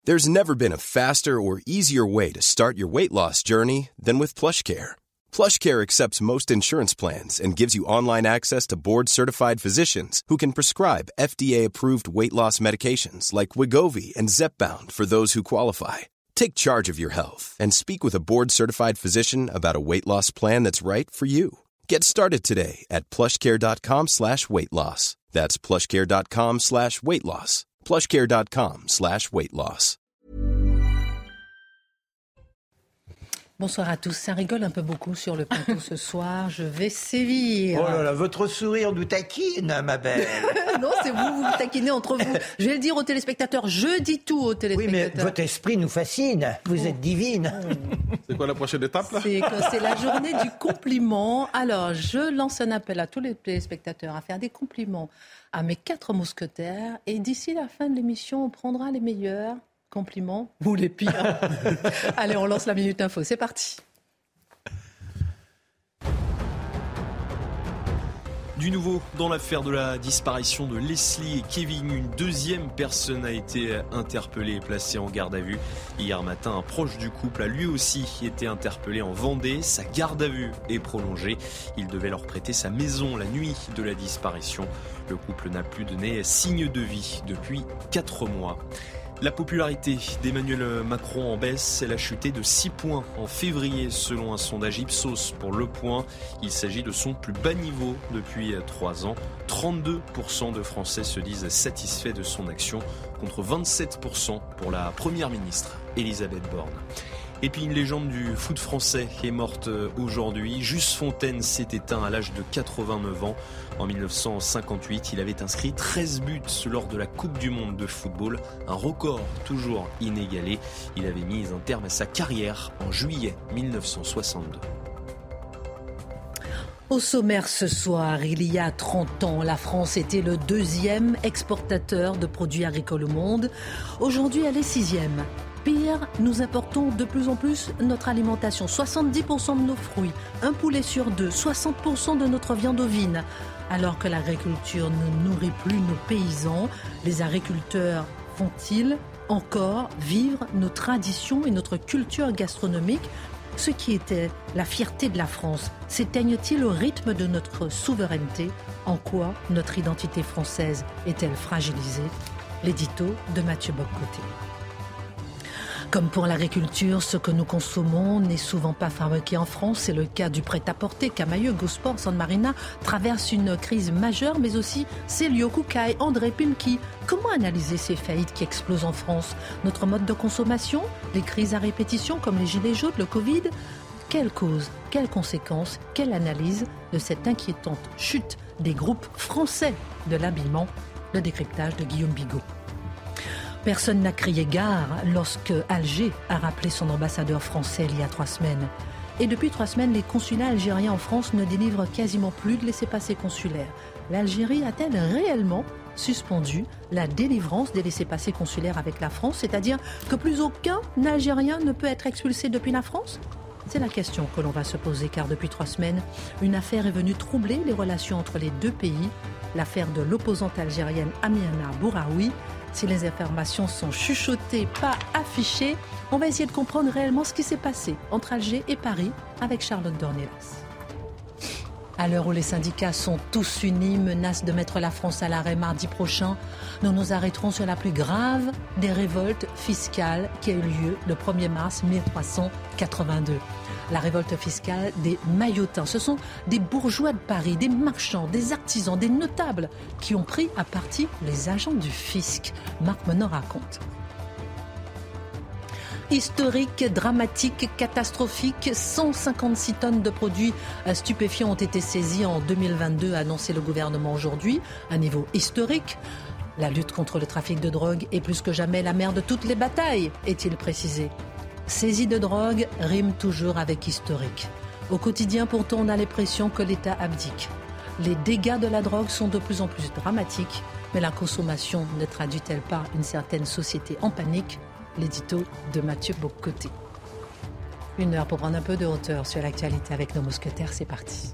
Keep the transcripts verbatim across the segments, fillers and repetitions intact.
There's never been a faster or easier way to start your weight loss journey than with PlushCare. PlushCare accepts most insurance plans and gives you online access to board-certified physicians who can prescribe F D A-approved weight loss medications like Wegovy and Zepbound for those who qualify. Take charge of your health and speak with a board-certified physician about a weight loss plan that's right for you. Get started today at plushcare.com slash weight loss. That's plushcare.com slash weight loss. plushcare.com slash weight loss. Bonsoir à tous. Ça rigole un peu beaucoup sur le plateau ce soir. Je vais sévir. Oh là là, votre sourire nous taquine, ma belle. Non, c'est vous, vous vous taquinez entre vous. Je vais le dire aux téléspectateurs. Je dis tout aux téléspectateurs. Oui, mais votre esprit nous fascine. Vous oh. êtes divine. Oh. C'est quoi la prochaine étape, là ? C'est, c'est la journée du compliment. Alors, je lance un appel à tous les téléspectateurs à faire des compliments à mes quatre mousquetaires. Et d'ici la fin de l'émission, on prendra les meilleurs compliments ou les pires. Allez, on lance la Minute Info. C'est parti. Du nouveau dans l'affaire de la disparition de Leslie et Kevin, une deuxième personne a été interpellée et placée en garde à vue. Hier matin, un proche du couple a lui aussi été interpellé en Vendée. Sa garde à vue est prolongée. Il devait leur prêter sa maison la nuit de la disparition. Le couple n'a plus donné signe de vie depuis quatre mois. La popularité d'Emmanuel Macron en baisse, elle a chuté de six points en février selon un sondage Ipsos pour Le Point. Il s'agit de son plus bas niveau depuis trois ans. trente-deux pour cent de Français se disent satisfaits de son action contre vingt-sept pour cent pour la Première ministre Elisabeth Borne. Et puis une légende du foot français est morte aujourd'hui. Juste Fontaine s'est éteint à l'âge de quatre-vingt-neuf ans. En dix-neuf cent cinquante-huit, il avait inscrit treize buts lors de la Coupe du Monde de football. Un record toujours inégalé. Il avait mis un terme à sa carrière en juillet dix-neuf cent soixante-deux. Au sommaire ce soir, il y a trente ans, la France était le deuxième exportateur de produits agricoles au monde. Aujourd'hui, elle est sixième. Pire, nous importons de plus en plus notre alimentation. soixante-dix pour cent de nos fruits, un poulet sur deux, soixante pour cent de notre viande ovine. Alors que l'agriculture ne nourrit plus nos paysans, les agriculteurs font-ils encore vivre nos traditions et notre culture gastronomique ? Ce qui était la fierté de la France s'éteigne-t-il au rythme de notre souveraineté ? En quoi notre identité française est-elle fragilisée ? L'édito de Mathieu Boccoté. Comme pour l'agriculture, ce que nous consommons n'est souvent pas fabriqué en France. C'est le cas du prêt-à-porter. Camaïeu, Gosport, San Marina traversent une crise majeure, mais aussi Célio, Koukaï, André, Pimki. Comment analyser ces faillites qui explosent en France ? Notre mode de consommation ? Les crises à répétition comme les gilets jaunes, le Covid ? Quelles causes ? Quelles conséquences ? Quelle analyse de cette inquiétante chute des groupes français de l'habillement ? Le décryptage de Guillaume Bigot. Personne n'a crié gare lorsque Alger a rappelé son ambassadeur français il y a trois semaines. Et depuis trois semaines, les consulats algériens en France ne délivrent quasiment plus de laissez-passer consulaires. L'Algérie a-t-elle réellement suspendu la délivrance des laissez-passer consulaires avec la France, c'est-à-dire que plus aucun Algérien ne peut être expulsé depuis la France ? C'est la question que l'on va se poser, car depuis trois semaines, une affaire est venue troubler les relations entre les deux pays, l'affaire de l'opposante algérienne Amina Bouraoui. Si les informations sont chuchotées, pas affichées, on va essayer de comprendre réellement ce qui s'est passé entre Alger et Paris avec Charlotte Dornelas. À l'heure où les syndicats sont tous unis, menacent de mettre la France à l'arrêt mardi prochain, nous nous arrêterons sur la plus grave des révoltes fiscales qui a eu lieu le premier mars mille trois cent quatre-vingt-deux. La révolte fiscale des Maillotins. Ce sont des bourgeois de Paris, des marchands, des artisans, des notables qui ont pris à partie les agents du fisc. Marc Menon raconte. Historique, dramatique, catastrophique, cent cinquante-six tonnes de produits stupéfiants ont été saisis en deux mille vingt-deux, a annoncé le gouvernement aujourd'hui, à niveau historique. La lutte contre le trafic de drogue est plus que jamais la mère de toutes les batailles, est-il précisé. Saisie de drogue rime toujours avec historique. Au quotidien, pourtant, on a l'impression que l'État abdique. Les dégâts de la drogue sont de plus en plus dramatiques, mais la consommation ne traduit-elle pas une certaine société en panique ? L'édito de Mathieu Boccoté. Une heure pour prendre un peu de hauteur sur l'actualité avec nos mousquetaires, c'est parti.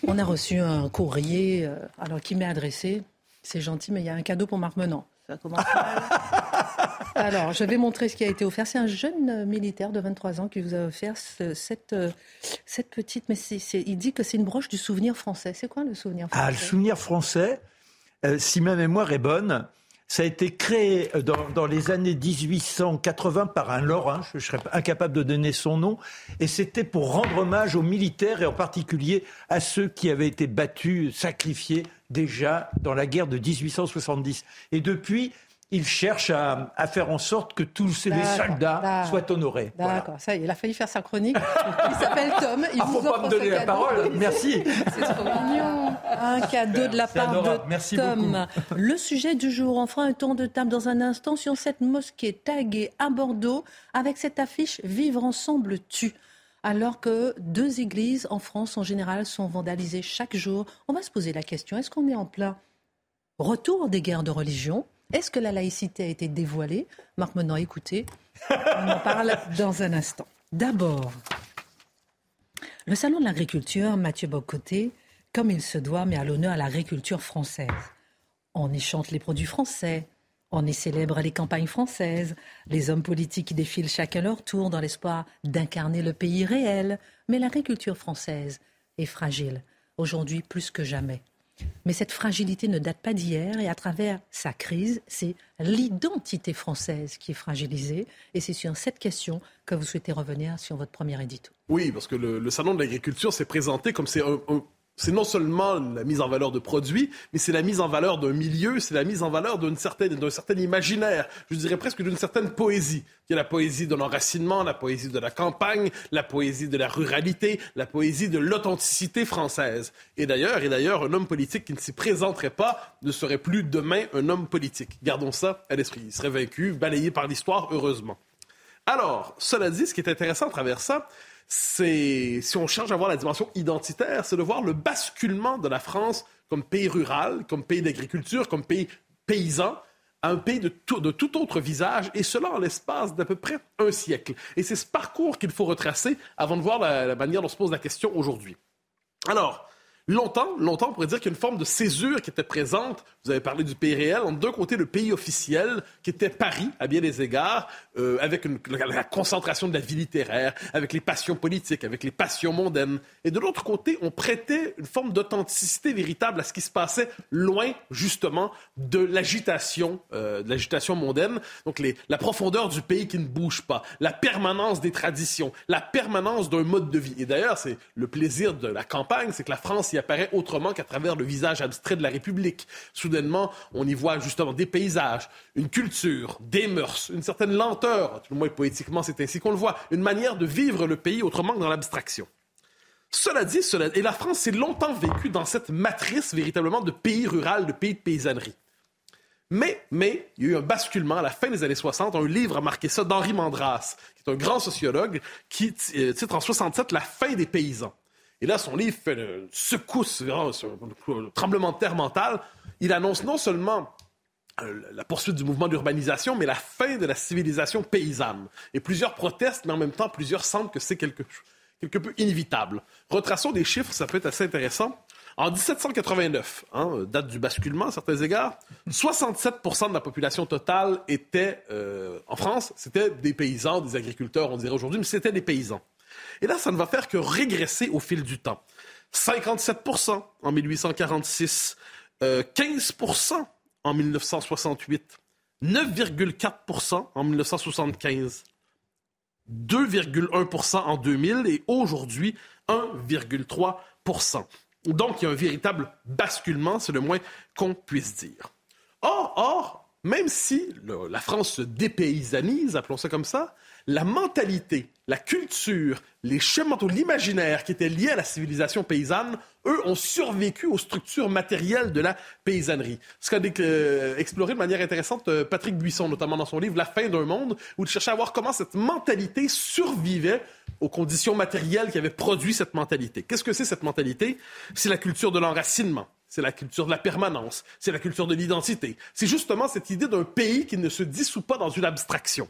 On a reçu un courrier, euh, alors qui m'est adressé. C'est gentil, mais il y a un cadeau pour Marc Menant. Ça commence mal. Alors, je vais montrer ce qui a été offert. C'est un jeune militaire de vingt-trois ans qui vous a offert ce, cette, euh, cette petite... Mais c'est, c'est, il dit que c'est une broche du souvenir français. C'est quoi le souvenir français ? Ah, le souvenir français, euh, si ma mémoire est bonne, ça a été créé dans, dans les années dix-huit cent quatre-vingts par un Lorrain, je, je serais incapable de donner son nom, et c'était pour rendre hommage aux militaires et en particulier à ceux qui avaient été battus, sacrifiés déjà dans la guerre de dix-huit cent soixante-dix. Et depuis, il cherche à, à faire en sorte que tous ces les soldats d'accord. soient honorés. D'accord, voilà. Ça y est, il a failli faire sa chronique. Il s'appelle Tom. Il ah, vous faut pas me donner la parole, merci. C'est trop mignon. Un cadeau de la C'est part adorable. de merci Tom. Beaucoup. Le sujet du jour, on fera un tour de table dans un instant sur cette mosquée taguée à Bordeaux avec cette affiche « Vivre ensemble tue ». Alors que deux églises en France en général sont vandalisées chaque jour, on va se poser la question, est-ce qu'on est en plein retour des guerres de religion ? Est-ce que la laïcité a été dévoilée ? Marc Menant, écoutez, on en parle dans un instant. D'abord, le salon de l'agriculture, Mathieu Bock-Côté, comme il se doit, met à l'honneur à l'agriculture française. On y chante les produits français, on y célèbre les campagnes françaises, les hommes politiques qui défilent chacun leur tour dans l'espoir d'incarner le pays réel. Mais l'agriculture française est fragile, aujourd'hui plus que jamais. Mais cette fragilité ne date pas d'hier et à travers sa crise, c'est l'identité française qui est fragilisée. Et c'est sur cette question que vous souhaitez revenir sur votre premier édito. Oui, parce que le, le salon de l'agriculture s'est présenté comme c'est un, un... C'est non seulement la mise en valeur de produits, mais c'est la mise en valeur d'un milieu, c'est la mise en valeur d'une certaine, d'un certain imaginaire, je dirais presque d'une certaine poésie. Il y a la poésie de l'enracinement, la poésie de la campagne, la poésie de la ruralité, la poésie de l'authenticité française. Et d'ailleurs, et d'ailleurs, un homme politique qui ne s'y présenterait pas ne serait plus demain un homme politique. Gardons ça à l'esprit. Il serait vaincu, balayé par l'histoire, heureusement. Alors, cela dit, ce qui est intéressant à travers ça, c'est, si on cherche à voir la dimension identitaire, c'est de voir le basculement de la France comme pays rural, comme pays d'agriculture, comme pays paysan, à un pays de tout, de tout autre visage, et cela en l'espace d'à peu près un siècle. Et c'est ce parcours qu'il faut retracer avant de voir la, la manière dont se pose la question aujourd'hui. Alors, Longtemps, longtemps, on pourrait dire qu'il y a une forme de césure qui était présente. Vous avez parlé du pays réel. En d'un côté, le pays officiel, qui était Paris, à bien des égards, euh, avec une, la, la concentration de la vie littéraire, avec les passions politiques, avec les passions mondaines. Et de l'autre côté, on prêtait une forme d'authenticité véritable à ce qui se passait loin, justement, de l'agitation, euh, de l'agitation mondaine. Donc, les, la profondeur du pays qui ne bouge pas, la permanence des traditions, la permanence d'un mode de vie. Et d'ailleurs, c'est le plaisir de la campagne, c'est que la France y apparaît autrement qu'à travers le visage abstrait de la République. Soudainement, on y voit justement des paysages, une culture, des mœurs, une certaine lenteur, tout le moins poétiquement, c'est ainsi qu'on le voit, une manière de vivre le pays autrement que dans l'abstraction. Cela dit, cela... et la France s'est longtemps vécue dans cette matrice véritablement de pays rural, de pays de paysannerie. Mais, mais, il y a eu un basculement à la fin des années soixante. Un livre a marqué ça d'Henri Mandras, qui est un grand sociologue, qui titre en soixante-sept « La fin des paysans ». Et là, son livre fait une secousse, un tremblement de terre mental. Il annonce non seulement la poursuite du mouvement d'urbanisation, mais la fin de la civilisation paysanne. Et plusieurs protestent, mais en même temps, plusieurs sentent que c'est quelque, quelque peu inévitable. Retraçons des chiffres, ça peut être assez intéressant. En dix-sept cent quatre-vingt-neuf, hein, date du basculement à certains égards, soixante-sept pour cent de la population totale était, euh, en France, c'était des paysans, des agriculteurs, on dirait aujourd'hui, mais c'était des paysans. Et là, ça ne va faire que régresser au fil du temps. cinquante-sept pour cent en dix-huit cent quarante-six, euh, quinze pour cent en dix-neuf cent soixante-huit, neuf virgule quatre pour cent en dix-neuf cent soixante-quinze, deux virgule un pour cent en deux mille et aujourd'hui, un virgule trois pour cent. Donc, il y a un véritable basculement, c'est le moins qu'on puisse dire. Or, or même si le, la France se dépaysanise, appelons ça comme ça, la mentalité, la culture, les chemins mentaux, l'imaginaire qui étaient liés à la civilisation paysanne, eux, ont survécu aux structures matérielles de la paysannerie. Ce qu'a euh, exploré de manière intéressante euh, Patrick Buisson, notamment dans son livre « La fin d'un monde », où il cherchait à voir comment cette mentalité survivait aux conditions matérielles qui avaient produit cette mentalité. Qu'est-ce que c'est cette mentalité? C'est la culture de l'enracinement. C'est la culture de la permanence, c'est la culture de l'identité. C'est justement cette idée d'un pays qui ne se dissout pas dans une abstraction.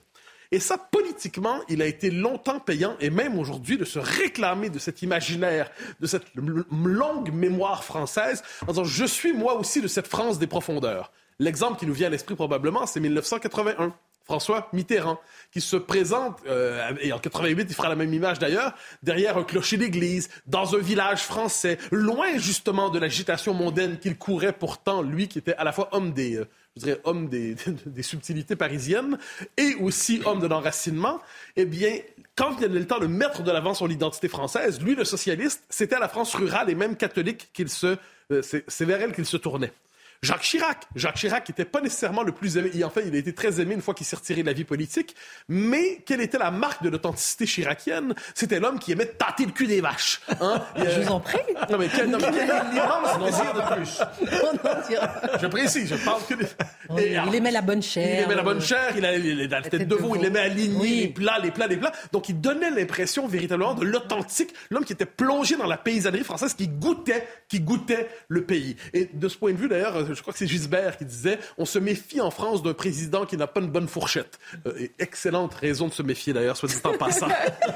Et ça, politiquement, il a été longtemps payant, et même aujourd'hui, de se réclamer de cet imaginaire, de cette longue mémoire française, en disant « je suis moi aussi de cette France des profondeurs ». L'exemple qui nous vient à l'esprit probablement, c'est mille neuf cent quatre-vingt-un. François Mitterrand, qui se présente, euh, et en quatre-vingt-huit, il fera la même image d'ailleurs, derrière un clocher d'église, dans un village français, loin justement de l'agitation mondaine qu'il courait pourtant, lui qui était à la fois homme des, euh, je dirais, homme des, des subtilités parisiennes, et aussi homme de l'enracinement. Eh bien, quand il y a le temps de mettre de l'avant son identité française, lui, le socialiste, c'était à la France rurale et même catholique qu'il se, euh, c'est, c'est vers elle qu'il se tournait. Jacques Chirac. Jacques Chirac qui n'était pas nécessairement le plus aimé. Et en fait, il a été très aimé une fois qu'il s'est retiré de la vie politique. Mais quelle était la marque de l'authenticité chiracienne? C'était l'homme qui aimait tâter le cul des vaches. Hein? Je vous en prie. Non, mais quel, non, mais quel immense plaisir de plus. On en dira. Je précise, je parle que... Oui, et, alors, il aimait la bonne chair. Il aimait la bonne chair, il avait la tête, tête de veau, il aimait aligner oui. les plats, les plats, les plats. Donc, il donnait l'impression véritablement de l'authentique, l'homme qui était plongé dans la paysannerie française, qui goûtait, qui goûtait le pays. Et de ce point de vue, d'ailleurs, je crois que c'est Gisbert qui disait « On se méfie en France d'un président qui n'a pas une bonne fourchette. Euh, » et excellente raison de se méfier, d'ailleurs, soit dit en passant.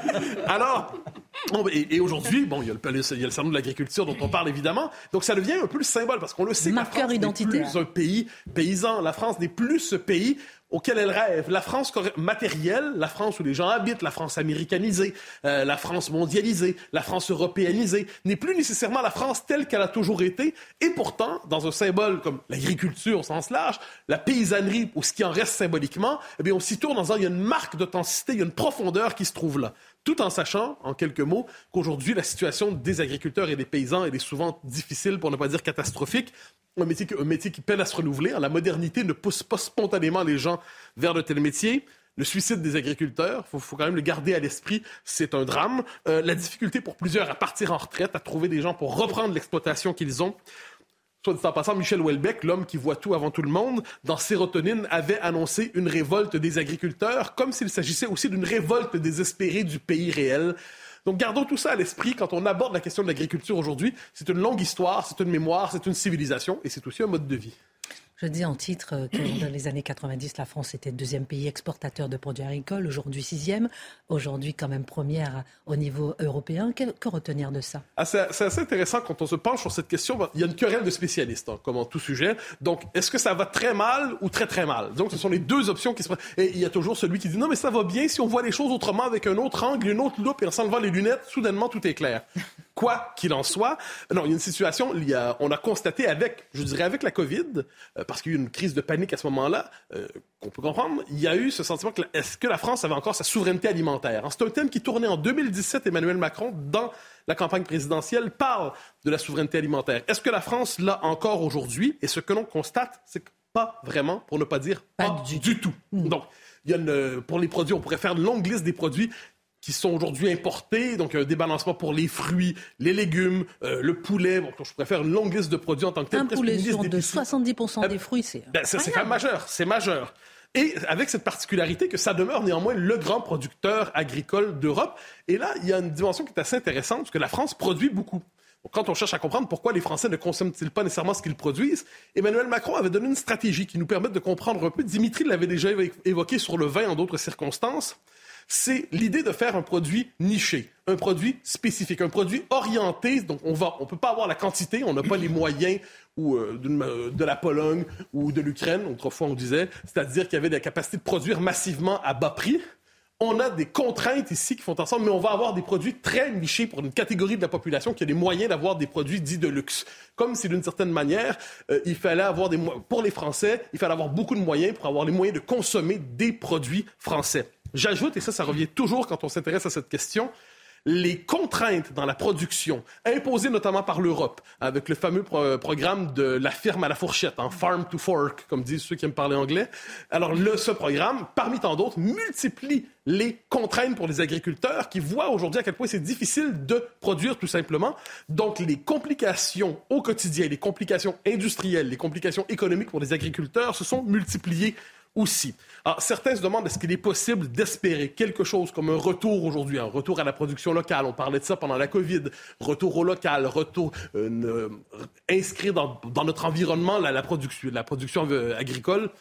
Alors, bon, et, et aujourd'hui, bon, il y a le, il y a le salon de l'agriculture dont on parle, évidemment. Donc, ça devient un peu le symbole, parce qu'on le sait, marqueur la France identitaire. n'est plus un pays paysan. La France n'est plus ce pays auquel elle rêve. La France matérielle, la France où les gens habitent, la France américanisée, euh, la France mondialisée, la France européanisée, n'est plus nécessairement la France telle qu'elle a toujours été. Et pourtant, dans un symbole comme l'agriculture au sens large, la paysannerie, ou ce qui en reste symboliquement, eh bien, on s'y tourne en disant il y a une marque d'authenticité, il y a une profondeur qui se trouve là. Tout en sachant, en quelques mots, qu'aujourd'hui, la situation des agriculteurs et des paysans, elle est souvent difficile, pour ne pas dire catastrophique. Un métier, un métier qui peine à se renouveler. La modernité ne pousse pas spontanément les gens vers de tels métiers. Le suicide des agriculteurs, il faut, faut quand même le garder à l'esprit, c'est un drame. Euh, la difficulté pour plusieurs à partir en retraite, à trouver des gens pour reprendre l'exploitation qu'ils ont. Soit dit en passant, Michel Houellebecq, l'homme qui voit tout avant tout le monde, dans Sérotonine, avait annoncé une révolte des agriculteurs, comme s'il s'agissait aussi d'une révolte désespérée du pays réel. Donc, gardons tout ça à l'esprit quand on aborde la question de l'agriculture aujourd'hui. C'est une longue histoire, c'est une mémoire, c'est une civilisation et c'est aussi un mode de vie. Je dis en titre que dans les années quatre-vingt-dix, la France était le deuxième pays exportateur de produits agricoles, aujourd'hui sixième, aujourd'hui quand même première au niveau européen. Que, que retenir de ça? ah, c'est, c'est assez intéressant quand on se penche sur cette question. Il y a une querelle de spécialistes, hein, comme en tout sujet. Donc, est-ce que ça va très mal ou très très mal? Donc, ce sont les deux options qui se... Et il y a toujours celui qui dit non, mais ça va bien si on voit les choses autrement, avec un autre angle, une autre loupe, et en s'enlevant les lunettes, soudainement, tout est clair. Quoi qu'il en soit, non, il y a une situation, il y a, on a constaté avec, je dirais avec la COVID, euh, parce qu'il y a eu une crise de panique à ce moment-là, euh, qu'on peut comprendre, il y a eu ce sentiment que est-ce que la France avait encore sa souveraineté alimentaire? C'est un thème qui tournait en deux mille dix-sept. Emmanuel Macron, dans la campagne présidentielle, parle de la souveraineté alimentaire. Est-ce que la France l'a encore aujourd'hui? Et ce que l'on constate, c'est que pas vraiment, pour ne pas dire pas, pas du, du tout. Mmh. Donc, il y a une, pour les produits, on pourrait faire une longue liste des produits qui sont aujourd'hui importés, donc un débalancement pour les fruits, les légumes, euh, le poulet. Bon, je préfère une longue liste de produits en tant que tel. Un poulet sur de soixante-dix pour cent des fruits, c'est... Ben, c'est, c'est quand même majeur, c'est majeur. Et avec cette particularité que ça demeure néanmoins le grand producteur agricole d'Europe. Et là, il y a une dimension qui est assez intéressante, parce que la France produit beaucoup. Donc, quand on cherche à comprendre pourquoi les Français ne consomment-ils pas nécessairement ce qu'ils produisent, Emmanuel Macron avait donné une stratégie qui nous permet de comprendre un peu. Dimitri l'avait déjà évoqué sur le vin en d'autres circonstances. C'est l'idée de faire un produit niché, un produit spécifique, un produit orienté. Donc, on va, on peut pas avoir la quantité, on n'a pas les moyens ou euh, de la Pologne ou de l'Ukraine, autrefois on disait, c'est-à-dire qu'il y avait la capacité de produire massivement à bas prix. On a des contraintes ici qui font ensemble, mais on va avoir des produits très nichés pour une catégorie de la population qui a les moyens d'avoir des produits dits de luxe. Comme si, d'une certaine manière, euh, il fallait avoir des mo- pour les Français, il fallait avoir beaucoup de moyens pour avoir les moyens de consommer des produits français. J'ajoute, et ça, ça revient toujours quand on s'intéresse à cette question, les contraintes dans la production, imposées notamment par l'Europe, avec le fameux pro- programme de la ferme à la fourchette, hein, farm to fork, comme disent ceux qui aiment parler anglais. Alors, le, ce programme, parmi tant d'autres, multiplie les contraintes pour les agriculteurs qui voient aujourd'hui à quel point c'est difficile de produire tout simplement. Donc, les complications au quotidien, les complications industrielles, les complications économiques pour les agriculteurs se sont multipliées aussi. Alors, certains se demandent est-ce qu'il est possible d'espérer quelque chose comme un retour aujourd'hui, un retour à la production locale. On parlait de ça pendant la COVID. Retour au local, retour, euh, euh, inscrire dans, dans notre environnement la, la, production, la production euh, agricole.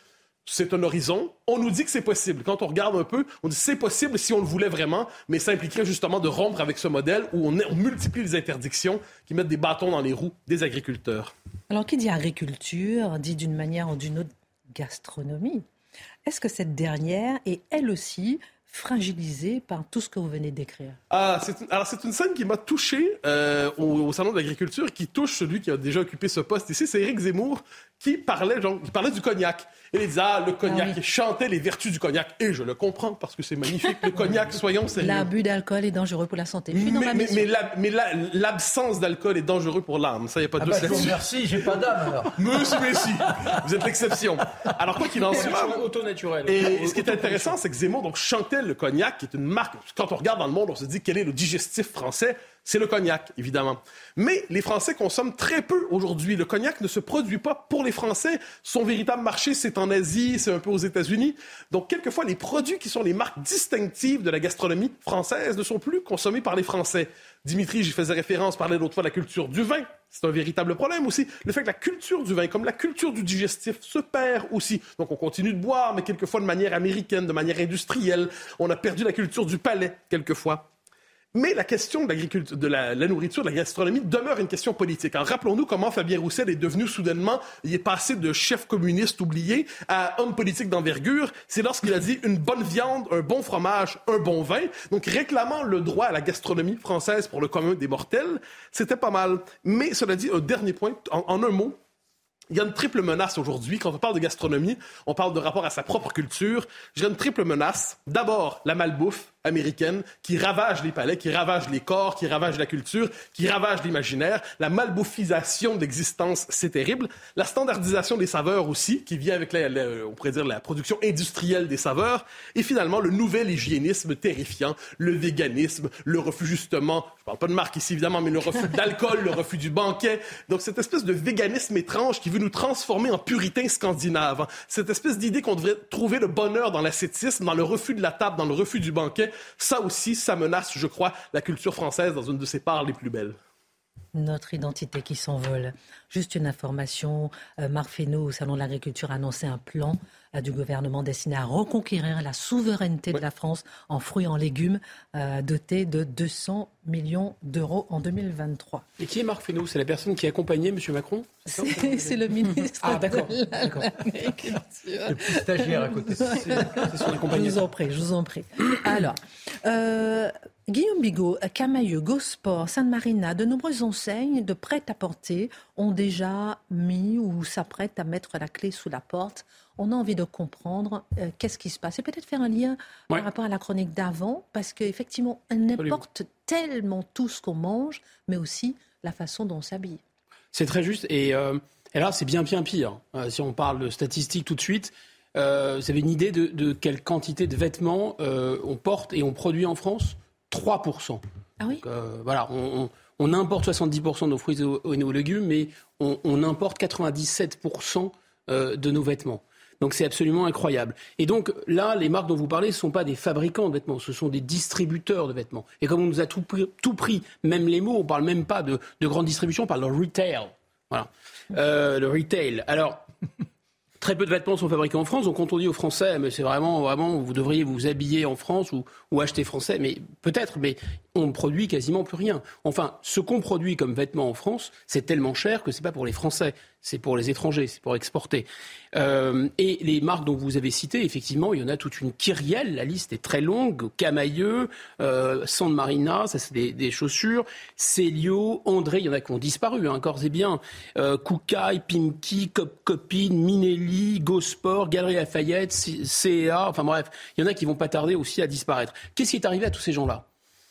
c'est un horizon. On nous dit que c'est possible. Quand on regarde un peu, on dit que c'est possible si on le voulait vraiment, mais ça impliquerait justement de rompre avec ce modèle où on, on multiplie les interdictions qui mettent des bâtons dans les roues des agriculteurs. Alors, qui dit agriculture, dit d'une manière ou d'une autre gastronomie. Est-ce que cette dernière est elle aussi fragilisée par tout ce que vous venez de décrire? Ah, c'est une, alors, c'est une scène qui m'a touché euh, au, au Salon de l'agriculture, qui touche celui qui a déjà occupé ce poste ici, c'est Éric Zemmour, qui parlait, genre, qui parlait du cognac. Et il disait, ah, le cognac, ah oui. Il chantait les vertus du cognac. Et je le comprends, parce que c'est magnifique. Le cognac, soyons sérieux. L'abus d'alcool est dangereux pour la santé. Je suis mais, dans ma mais, mais, la, mais la, l'absence d'alcool est dangereux pour l'âme. Ça, il n'y a pas de ah doute bah, là-dessus. Merci, j'ai pas d'âme, alors. Monsieur Messi, vous êtes l'exception. Alors, quoi qu'il en soit... auto-naturel. Et ce qui est intéressant, c'est que Zemmour donc, chantait le cognac, qui est une marque... Quand on regarde dans le monde, on se dit quel est le digestif français. C'est le cognac, évidemment. Mais les Français consomment très peu aujourd'hui. Le cognac ne se produit pas pour les Français. Son véritable marché, c'est en Asie, c'est un peu aux États-Unis. Donc, quelquefois, les produits qui sont les marques distinctives de la gastronomie française ne sont plus consommés par les Français. Dimitri, j'y faisais référence, parlait l'autre fois de la culture du vin. C'est un véritable problème aussi. Le fait que la culture du vin, comme la culture du digestif, se perd aussi. Donc, on continue de boire, mais quelquefois de manière américaine, de manière industrielle. On a perdu la culture du palais, quelquefois. Mais la question de l'agriculture, de la, la nourriture, de la gastronomie demeure une question politique. Alors, rappelons-nous comment Fabien Roussel est devenu soudainement, il est passé de chef communiste oublié à homme politique d'envergure. C'est lorsqu'il a dit une bonne viande, un bon fromage, un bon vin. Donc, réclamant le droit à la gastronomie française pour le commun des mortels, c'était pas mal. Mais cela dit, un dernier point, en, en un mot, il y a une triple menace aujourd'hui. Quand on parle de gastronomie, on parle de rapport à sa propre culture. J'ai une triple menace. D'abord, la malbouffe américaine qui ravage les palais, qui ravage les corps, qui ravage la culture, qui ravage l'imaginaire. La malbouffisation de l'existence, c'est terrible. La standardisation des saveurs aussi, qui vient avec, la, la, on pourrait dire, la production industrielle des saveurs. Et finalement, le nouvel hygiénisme terrifiant, le véganisme, le refus justement, je parle pas de marque ici évidemment, mais le refus d'alcool, le refus du banquet. Donc cette espèce de véganisme étrange qui veut nous transformer en puritains scandinaves. Cette espèce d'idée qu'on devrait trouver le bonheur dans l'ascétisme, dans le refus de la table, dans le refus du banquet. Ça aussi, ça menace, je crois, la culture française dans une de ses parts les plus belles. Notre identité qui s'envole. Juste une information, euh, Marc Fesneau, au Salon de l'Agriculture, a annoncé un plan euh, du gouvernement destiné à reconquérir la souveraineté oui. de la France en fruits et en légumes, euh, doté de deux cents millions d'euros en deux mille vingt-trois. Et qui est Marc Fesneau? C'est la personne qui accompagnait M. Macron? C'est, c'est, c'est le ministre ah, d'accord. de d'accord. l'Agriculture. Le petit stagiaire à côté. C'est, c'est son accompagnateur. Je vous en prie, je vous en prie. Alors, euh, Guillaume Bigot, Camaïeu, Gosport, Sainte-Marina, de nombreuses enseignes de prêt-à-porter ont déjà mis ou s'apprêtent à mettre la clé sous la porte. On a envie de comprendre euh, qu'est-ce qui se passe. Et peut-être faire un lien ouais. par rapport à la chronique d'avant, parce qu'effectivement, elle n'importe tellement tout ce qu'on mange, mais aussi la façon dont on s'habille. C'est très juste. Et, euh, et là, c'est bien, bien pire. Euh, si on parle de statistiques tout de suite, euh, vous avez une idée de, de quelle quantité de vêtements euh, on porte et on produit en France? trois pour cent. Ah oui. Donc, euh, voilà, on, on, on importe soixante-dix pour cent de nos fruits et nos légumes, mais on, on importe quatre-vingt-dix-sept pour cent euh, de nos vêtements. Donc c'est absolument incroyable. Et donc là, les marques dont vous parlez ne sont pas des fabricants de vêtements, ce sont des distributeurs de vêtements. Et comme on nous a tout pris, tout pris même les mots, on ne parle même pas de, de grande distribution, on parle de retail. Voilà. Euh, le retail. Alors... Très peu de vêtements sont fabriqués en France, donc quand on dit aux Français, mais c'est vraiment, vraiment, vous devriez vous habiller en France ou, ou acheter français, mais peut-être, mais on ne produit quasiment plus rien. Enfin, ce qu'on produit comme vêtements en France, c'est tellement cher que c'est pas pour les Français, c'est pour les étrangers, c'est pour exporter. Euh, et les marques dont vous avez cité, effectivement, il y en a toute une kyrielle, la liste est très longue, Camaïeu, euh, Sainte-Marina, ça c'est des, des chaussures, Célio, André, il y en a qui ont disparu, hein, corps et bien, euh, Koukaï, Pimki, Cop Copine, Minelli, Gosport, Galeries Lafayette, C E A, enfin bref, il y en a qui vont pas tarder aussi à disparaître. Qu'est-ce qui est arrivé à tous ces gens-là ?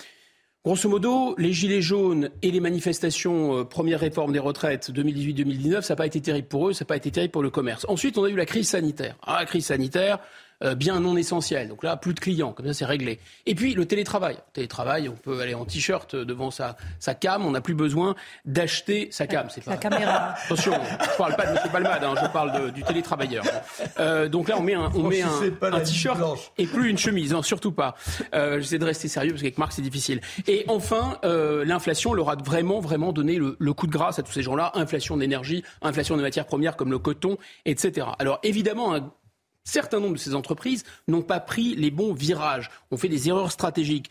Grosso modo, les gilets jaunes et les manifestations euh, première réforme des retraites deux mille dix-huit deux mille dix-neuf, ça n'a pas été terrible pour eux, ça n'a pas été terrible pour le commerce. Ensuite, on a eu la crise sanitaire. Ah, la crise sanitaire, euh, bien non essentielle. Donc là, plus de clients, comme ça c'est réglé. Et puis le télétravail. Le télétravail, on peut aller en t-shirt devant sa, sa cam, on n'a plus besoin d'acheter sa cam. C'est sa pas... caméra. Attention, je ne parle pas de M. Palmade, hein, je parle de, du télétravailleur. Euh, donc là, on met un, on met un, un t-shirt et plus une chemise, non, surtout pas. Euh, j'essaie de rester sérieux parce qu'avec Marc, c'est difficile. Et enfin, euh, l'inflation leur a vraiment, vraiment donné le, le coup de grâce à tous ces gens-là. Inflation d'énergie, inflation des matières premières comme le coton, et cetera. Alors évidemment, un certain nombre de ces entreprises n'ont pas pris les bons virages, ont fait des erreurs stratégiques,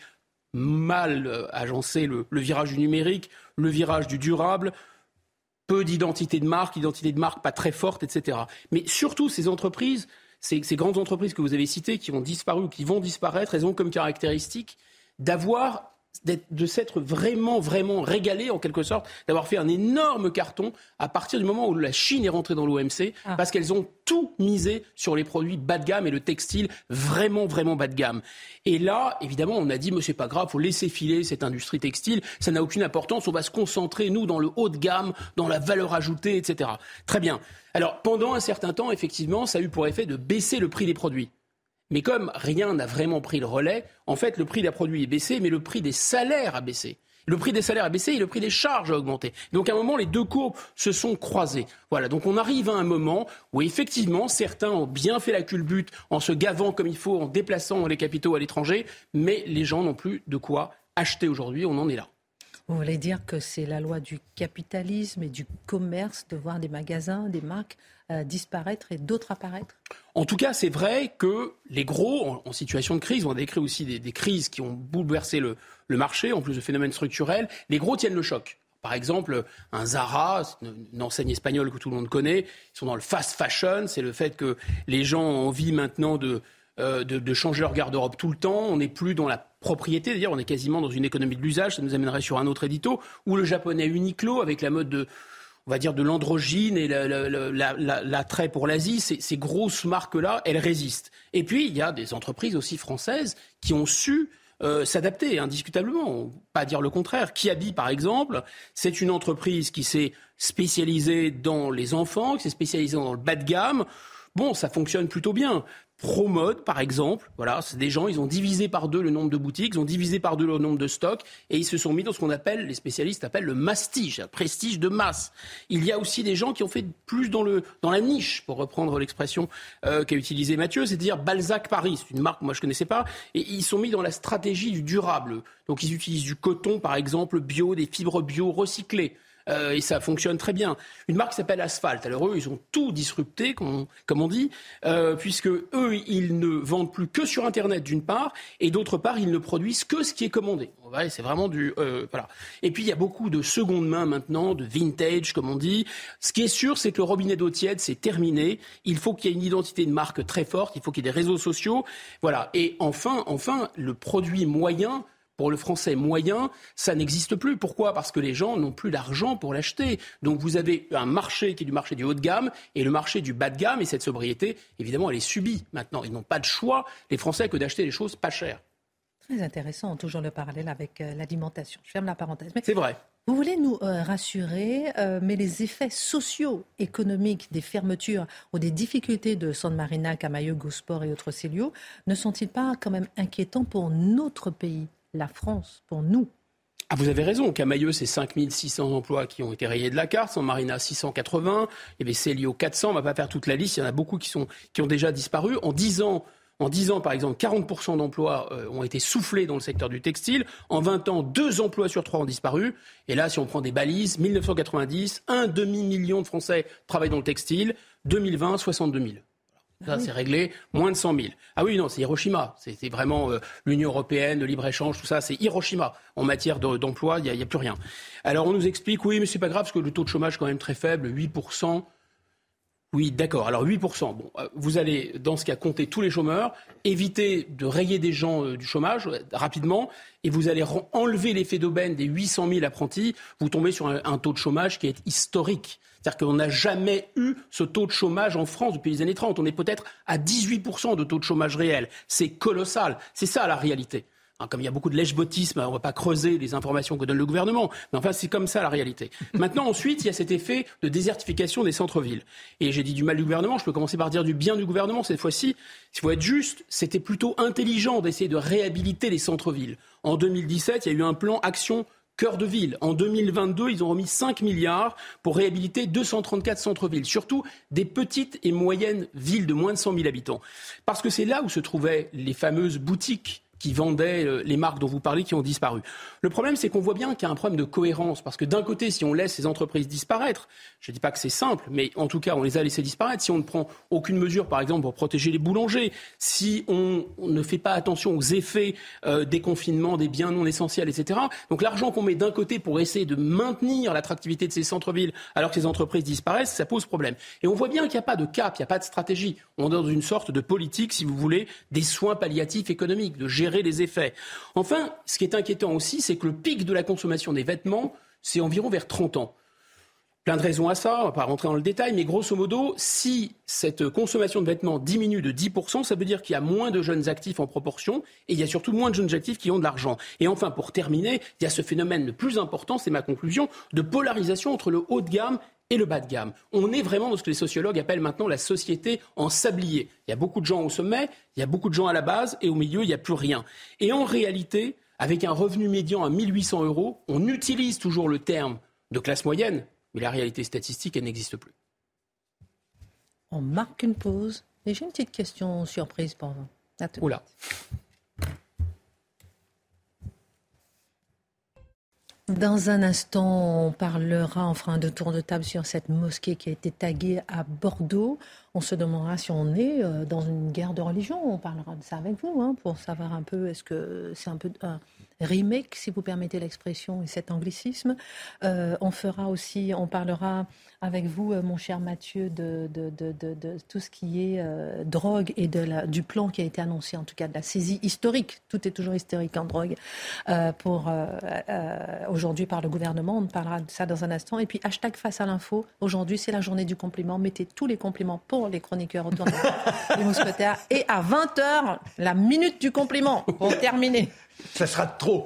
mal agencé le, le virage du numérique, le virage du durable, peu d'identité de marque, identité de marque pas très forte, et cetera. Mais surtout, ces entreprises, ces, ces grandes entreprises que vous avez citées, qui ont disparu ou qui vont disparaître, elles ont comme caractéristique d'avoir... de s'être vraiment, vraiment régalé en quelque sorte, d'avoir fait un énorme carton à partir du moment où la Chine est rentrée dans l'O M C, ah. parce qu'elles ont tout misé sur les produits bas de gamme et le textile vraiment, vraiment bas de gamme. Et là, évidemment, on a dit, mais c'est pas grave, faut laisser filer cette industrie textile, ça n'a aucune importance, on va se concentrer, nous, dans le haut de gamme, dans la valeur ajoutée, et cetera. Très bien. Alors, pendant un certain temps, effectivement, ça a eu pour effet de baisser le prix des produits. Mais comme rien n'a vraiment pris le relais, en fait, le prix des produits est baissé, mais le prix des salaires a baissé. Le prix des salaires a baissé et le prix des charges a augmenté. Donc, à un moment, les deux courbes se sont croisées. Voilà, donc on arrive à un moment où, effectivement, certains ont bien fait la culbute en se gavant comme il faut, en déplaçant les capitaux à l'étranger, mais les gens n'ont plus de quoi acheter aujourd'hui, on en est là. Vous voulez dire que c'est la loi du capitalisme et du commerce de voir des magasins, des marques euh, disparaître et d'autres apparaître ? En tout cas, c'est vrai que les gros, en, en situation de crise, on a décrit aussi des, des crises qui ont bouleversé le, le marché, en plus de phénomènes structurels, les gros tiennent le choc. Par exemple, un Zara, une, une enseigne espagnole que tout le monde connaît, ils sont dans le fast fashion, c'est le fait que les gens ont envie maintenant de... De, de changer leur garde-robe tout le temps. On n'est plus dans la propriété, d'ailleurs, on est quasiment dans une économie de l'usage. Ça nous amènerait sur un autre édito. Ou le japonais Uniqlo, avec la mode de, on va dire, de l'androgyne et la, la, la, la, l'attrait pour l'Asie. Ces, ces grosses marques-là, elles résistent. Et puis, il y a des entreprises aussi françaises qui ont su euh, s'adapter, indiscutablement. Pas dire le contraire. Kiabi, par exemple, c'est une entreprise qui s'est spécialisée dans les enfants, qui s'est spécialisée dans le bas de gamme. Bon, ça fonctionne plutôt bien. Promode, par exemple, voilà, c'est des gens, ils ont divisé par deux le nombre de boutiques, ils ont divisé par deux le nombre de stocks, et ils se sont mis dans ce qu'on appelle, les spécialistes appellent le mastige, le prestige de masse. Il y a aussi des gens qui ont fait plus dans, le, dans la niche, pour reprendre l'expression euh, qu'a utilisée Mathieu, c'est-à-dire Balzac Paris, c'est une marque que moi je connaissais pas, et ils sont mis dans la stratégie du durable. Donc ils utilisent du coton, par exemple, bio, des fibres bio recyclées. Euh, et ça fonctionne très bien. Une marque qui s'appelle Asphalt. Alors eux, ils ont tout disrupté, comme on, comme on dit, euh, puisque eux, ils ne vendent plus que sur Internet d'une part, et d'autre part, ils ne produisent que ce qui est commandé. Ouais, c'est vraiment du euh, voilà. Et puis il y a beaucoup de seconde main maintenant, de vintage, comme on dit. Ce qui est sûr, c'est que le robinet d'eau tiède, c'est terminé. Il faut qu'il y ait une identité de marque très forte. Il faut qu'il y ait des réseaux sociaux. Voilà. Et enfin, enfin, le produit moyen. Pour le français moyen, ça n'existe plus. Pourquoi ? Parce que les gens n'ont plus d'argent pour l'acheter. Donc vous avez un marché qui est du marché du haut de gamme et le marché du bas de gamme. Et cette sobriété, évidemment, elle est subie maintenant. Ils n'ont pas de choix, les Français, que d'acheter des choses pas chères. Très intéressant, toujours le parallèle avec euh, l'alimentation. Je ferme la parenthèse. Mais c'est vrai. Vous voulez nous euh, rassurer, euh, mais les effets socio-économiques des fermetures ou des difficultés de San Marina, Camaïeu, Gosport et autres Célio ne sont-ils pas quand même inquiétants pour notre pays ? La France, pour nous. Ah, vous avez raison. Camaïeu, c'est cinq mille six cents emplois qui ont été rayés de la carte. San Marina, six cent quatre-vingts. Il y avait Célio, quatre cents. On ne va pas faire toute la liste. Il y en a beaucoup qui, sont, qui ont déjà disparu. En dix ans, en dix ans, par exemple, quarante pour cent d'emplois euh, ont été soufflés dans le secteur du textile. En vingt ans, deux emplois sur trois ont disparu. Et là, si on prend des balises, mille neuf cent quatre-vingt-dix, un demi-million de Français travaillent dans le textile. deux mille vingt, soixante-deux mille. Ça, c'est réglé, moins de cent mille. Ah oui, non, c'est Hiroshima. C'est, c'est vraiment euh, l'Union européenne, le libre-échange, tout ça, c'est Hiroshima. En matière de, d'emploi, il n'y a, a plus rien. Alors, on nous explique, oui, mais c'est pas grave, parce que le taux de chômage est quand même très faible, huit pour cent. Oui, d'accord. Alors, huit pour cent. Bon, euh, vous allez, dans ce cas, compter tous les chômeurs, éviter de rayer des gens euh, du chômage euh, rapidement, et vous allez re- enlever l'effet d'aubaine des huit cent mille apprentis. Vous tombez sur un, un taux de chômage qui est historique. C'est-à-dire qu'on n'a jamais eu ce taux de chômage en France depuis les années trente. On est peut-être à dix-huit pour cent de taux de chômage réel. C'est colossal. C'est ça la réalité. Hein, comme il y a beaucoup de lèche-botisme, on ne va pas creuser les informations que donne le gouvernement. Mais enfin, c'est comme ça la réalité. Maintenant, ensuite, il y a cet effet de désertification des centres-villes. Et j'ai dit du mal du gouvernement, je peux commencer par dire du bien du gouvernement cette fois-ci. S'il faut être juste, c'était plutôt intelligent d'essayer de réhabiliter les centres-villes. En deux mille dix-sept, il y a eu un plan Action Cœur de ville. En deux mille vingt-deux, ils ont remis cinq milliards pour réhabiliter deux cent trente-quatre centres-villes, surtout des petites et moyennes villes de moins de cent mille habitants. Parce que c'est là où se trouvaient les fameuses boutiques qui vendaient les marques dont vous parlez qui ont disparu. Le problème, c'est qu'on voit bien qu'il y a un problème de cohérence, parce que d'un côté, si on laisse ces entreprises disparaître, je ne dis pas que c'est simple, mais en tout cas, on les a laissées disparaître. Si on ne prend aucune mesure, par exemple, pour protéger les boulangers, si on, on ne fait pas attention aux effets euh, des confinements, des biens non essentiels, et cetera. Donc l'argent qu'on met d'un côté pour essayer de maintenir l'attractivité de ces centres-villes, alors que ces entreprises disparaissent, ça pose problème. Et on voit bien qu'il n'y a pas de cap, il n'y a pas de stratégie. On est dans une sorte de politique, si vous voulez, des soins palliatifs économiques, de gérer les effets. Enfin, ce qui est inquiétant aussi, c'est que le pic de la consommation des vêtements, c'est environ vers trente ans. Plein de raisons à ça, on ne va pas rentrer dans le détail, mais grosso modo, si cette consommation de vêtements diminue de dix pour cent, ça veut dire qu'il y a moins de jeunes actifs en proportion, et il y a surtout moins de jeunes actifs qui ont de l'argent. Et enfin, pour terminer, il y a ce phénomène le plus important, c'est ma conclusion, de polarisation entre le haut de gamme et le bas de gamme. On est vraiment dans ce que les sociologues appellent maintenant la société en sablier. Il y a beaucoup de gens au sommet, il y a beaucoup de gens à la base, et au milieu, il n'y a plus rien. Et en réalité, avec un revenu médian à mille huit cents euros, on utilise toujours le terme de classe moyenne, mais la réalité statistique, elle n'existe plus. On marque une pause, et j'ai une petite question surprise pour vous. À tout. Oula. Dans un instant, on parlera, on fera un deux tours de table sur cette mosquée qui a été taguée à Bordeaux. On se demandera si on est dans une guerre de religion. On parlera de ça avec vous, hein, pour savoir un peu, est-ce que c'est un peu un remake, si vous permettez l'expression, et cet anglicisme. Euh, on fera aussi, on parlera avec vous, mon cher Mathieu, de, de, de, de, de tout ce qui est euh, drogue et de la, du plan qui a été annoncé, en tout cas de la saisie historique. Tout est toujours historique en drogue euh, pour euh, euh, aujourd'hui par le gouvernement. On parlera de ça dans un instant. Et puis, hashtag face à l'info. Aujourd'hui, c'est la journée du compliment. Mettez tous les compliments pour les chroniqueurs autour des mousquetaires. Et à vingt heures, la minute du compliment pour terminer. Ça sera trop.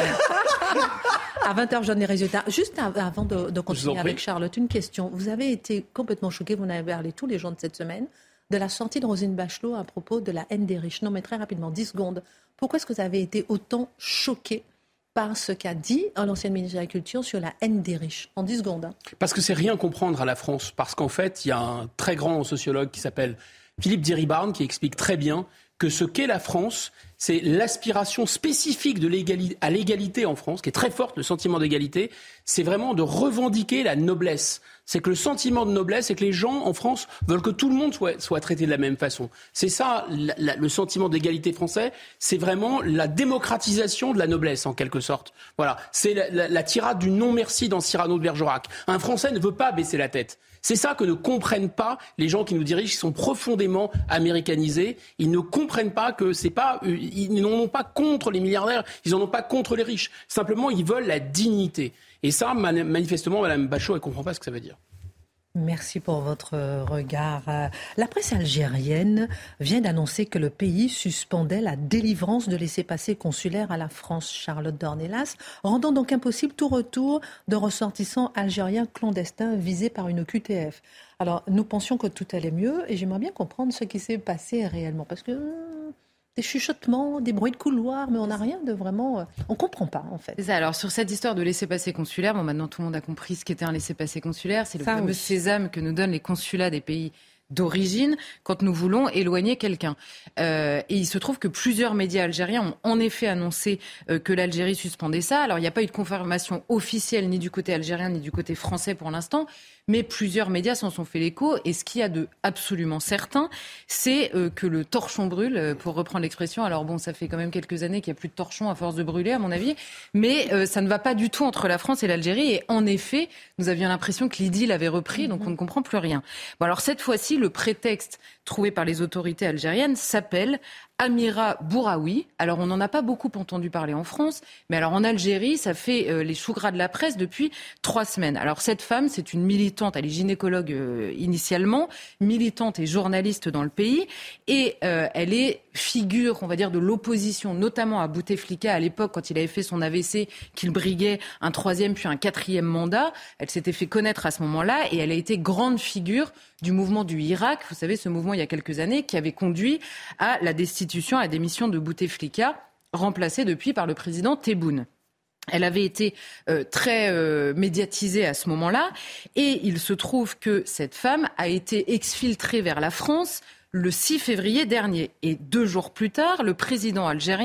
À vingt heures, je donne les résultats. Juste avant de, de continuer avec Charlotte, une question. Vous avez été complètement choqué, vous en avez parlé tous les jours de cette semaine, de la sortie de Roselyne Bachelot à propos de la haine des riches. Non, mais très rapidement, dix secondes. Pourquoi est-ce que vous avez été autant choqué par ce qu'a dit l'ancienne ministre de la Culture sur la haine des riches? En dix secondes. Hein. Parce que c'est rien comprendre à la France. Parce qu'en fait, il y a un très grand sociologue qui s'appelle Philippe Diribarne qui explique très bien que ce qu'est la France, c'est l'aspiration spécifique de l'égalité, à l'égalité en France, qui est très forte, le sentiment d'égalité, c'est vraiment de revendiquer la noblesse. C'est que le sentiment de noblesse, c'est que les gens en France veulent que tout le monde soit, soit traité de la même façon. C'est ça, la, la, le sentiment d'égalité français, c'est vraiment la démocratisation de la noblesse, en quelque sorte. Voilà, c'est la, la, la tirade du non-merci dans Cyrano de Bergerac. Un Français ne veut pas baisser la tête. C'est ça que ne comprennent pas les gens qui nous dirigent, qui sont profondément américanisés. Ils ne comprennent pas que c'est pas, ils n'en ont pas contre les milliardaires, ils n'en ont pas contre les riches. Simplement, ils veulent la dignité. Et ça, manifestement, Mme Bachelot, elle ne comprend pas ce que ça veut dire. Merci pour votre regard. La presse algérienne vient d'annoncer que le pays suspendait la délivrance de laissez-passer consulaires à la France. Charlotte Dornelas, rendant donc impossible tout retour de ressortissants algériens clandestins visés par une O Q T F. Alors, nous pensions que tout allait mieux et j'aimerais bien comprendre ce qui s'est passé réellement. Parce que hum, des chuchotements, des bruits de couloir, mais on n'a rien de vraiment... On ne comprend pas, en fait. C'est ça. Alors, sur cette histoire de laissez-passer consulaire, bon, maintenant tout le monde a compris ce qu'était un laissez-passer consulaire. C'est le ça, fameux oui. sésame que nous donnent les consulats des pays d'origine quand nous voulons éloigner quelqu'un. Euh, et il se trouve que plusieurs médias algériens ont en effet annoncé euh, que l'Algérie suspendait ça. Alors, il n'y a pas eu de confirmation officielle ni du côté algérien ni du côté français pour l'instant, mais plusieurs médias s'en sont fait l'écho. Et ce qu'il y a de absolument certain, c'est euh, que le torchon brûle, euh, pour reprendre l'expression. Alors bon, ça fait quand même quelques années qu'il n'y a plus de torchon à force de brûler, à mon avis. Mais euh, ça ne va pas du tout entre la France et l'Algérie. Et en effet, nous avions l'impression que l'idylle avait repris, donc on ne comprend plus rien. Bon, alors cette fois-ci, le prétexte trouvé par les autorités algériennes s'appelle Amira Bouraoui. Alors, on n'en a pas beaucoup entendu parler en France, mais alors en Algérie, ça fait euh, les choux gras de la presse depuis trois semaines. Alors, cette femme, c'est une militante, elle est gynécologue euh, initialement, militante et journaliste dans le pays, et euh, elle est figure, on va dire, de l'opposition, notamment à Bouteflika à l'époque, quand il avait fait son A V C, qu'il briguait un troisième puis un quatrième mandat. Elle s'était fait connaître à ce moment-là, et elle a été grande figure du mouvement du Irak, vous savez, ce mouvement il y a quelques années, qui avait conduit à la destitution, à la démission de Bouteflika, remplacé depuis par le président Tebboune. Elle avait été euh, très euh, médiatisée à ce moment-là, et il se trouve que cette femme a été exfiltrée vers la France le six février dernier. Et deux jours plus tard, le président algérien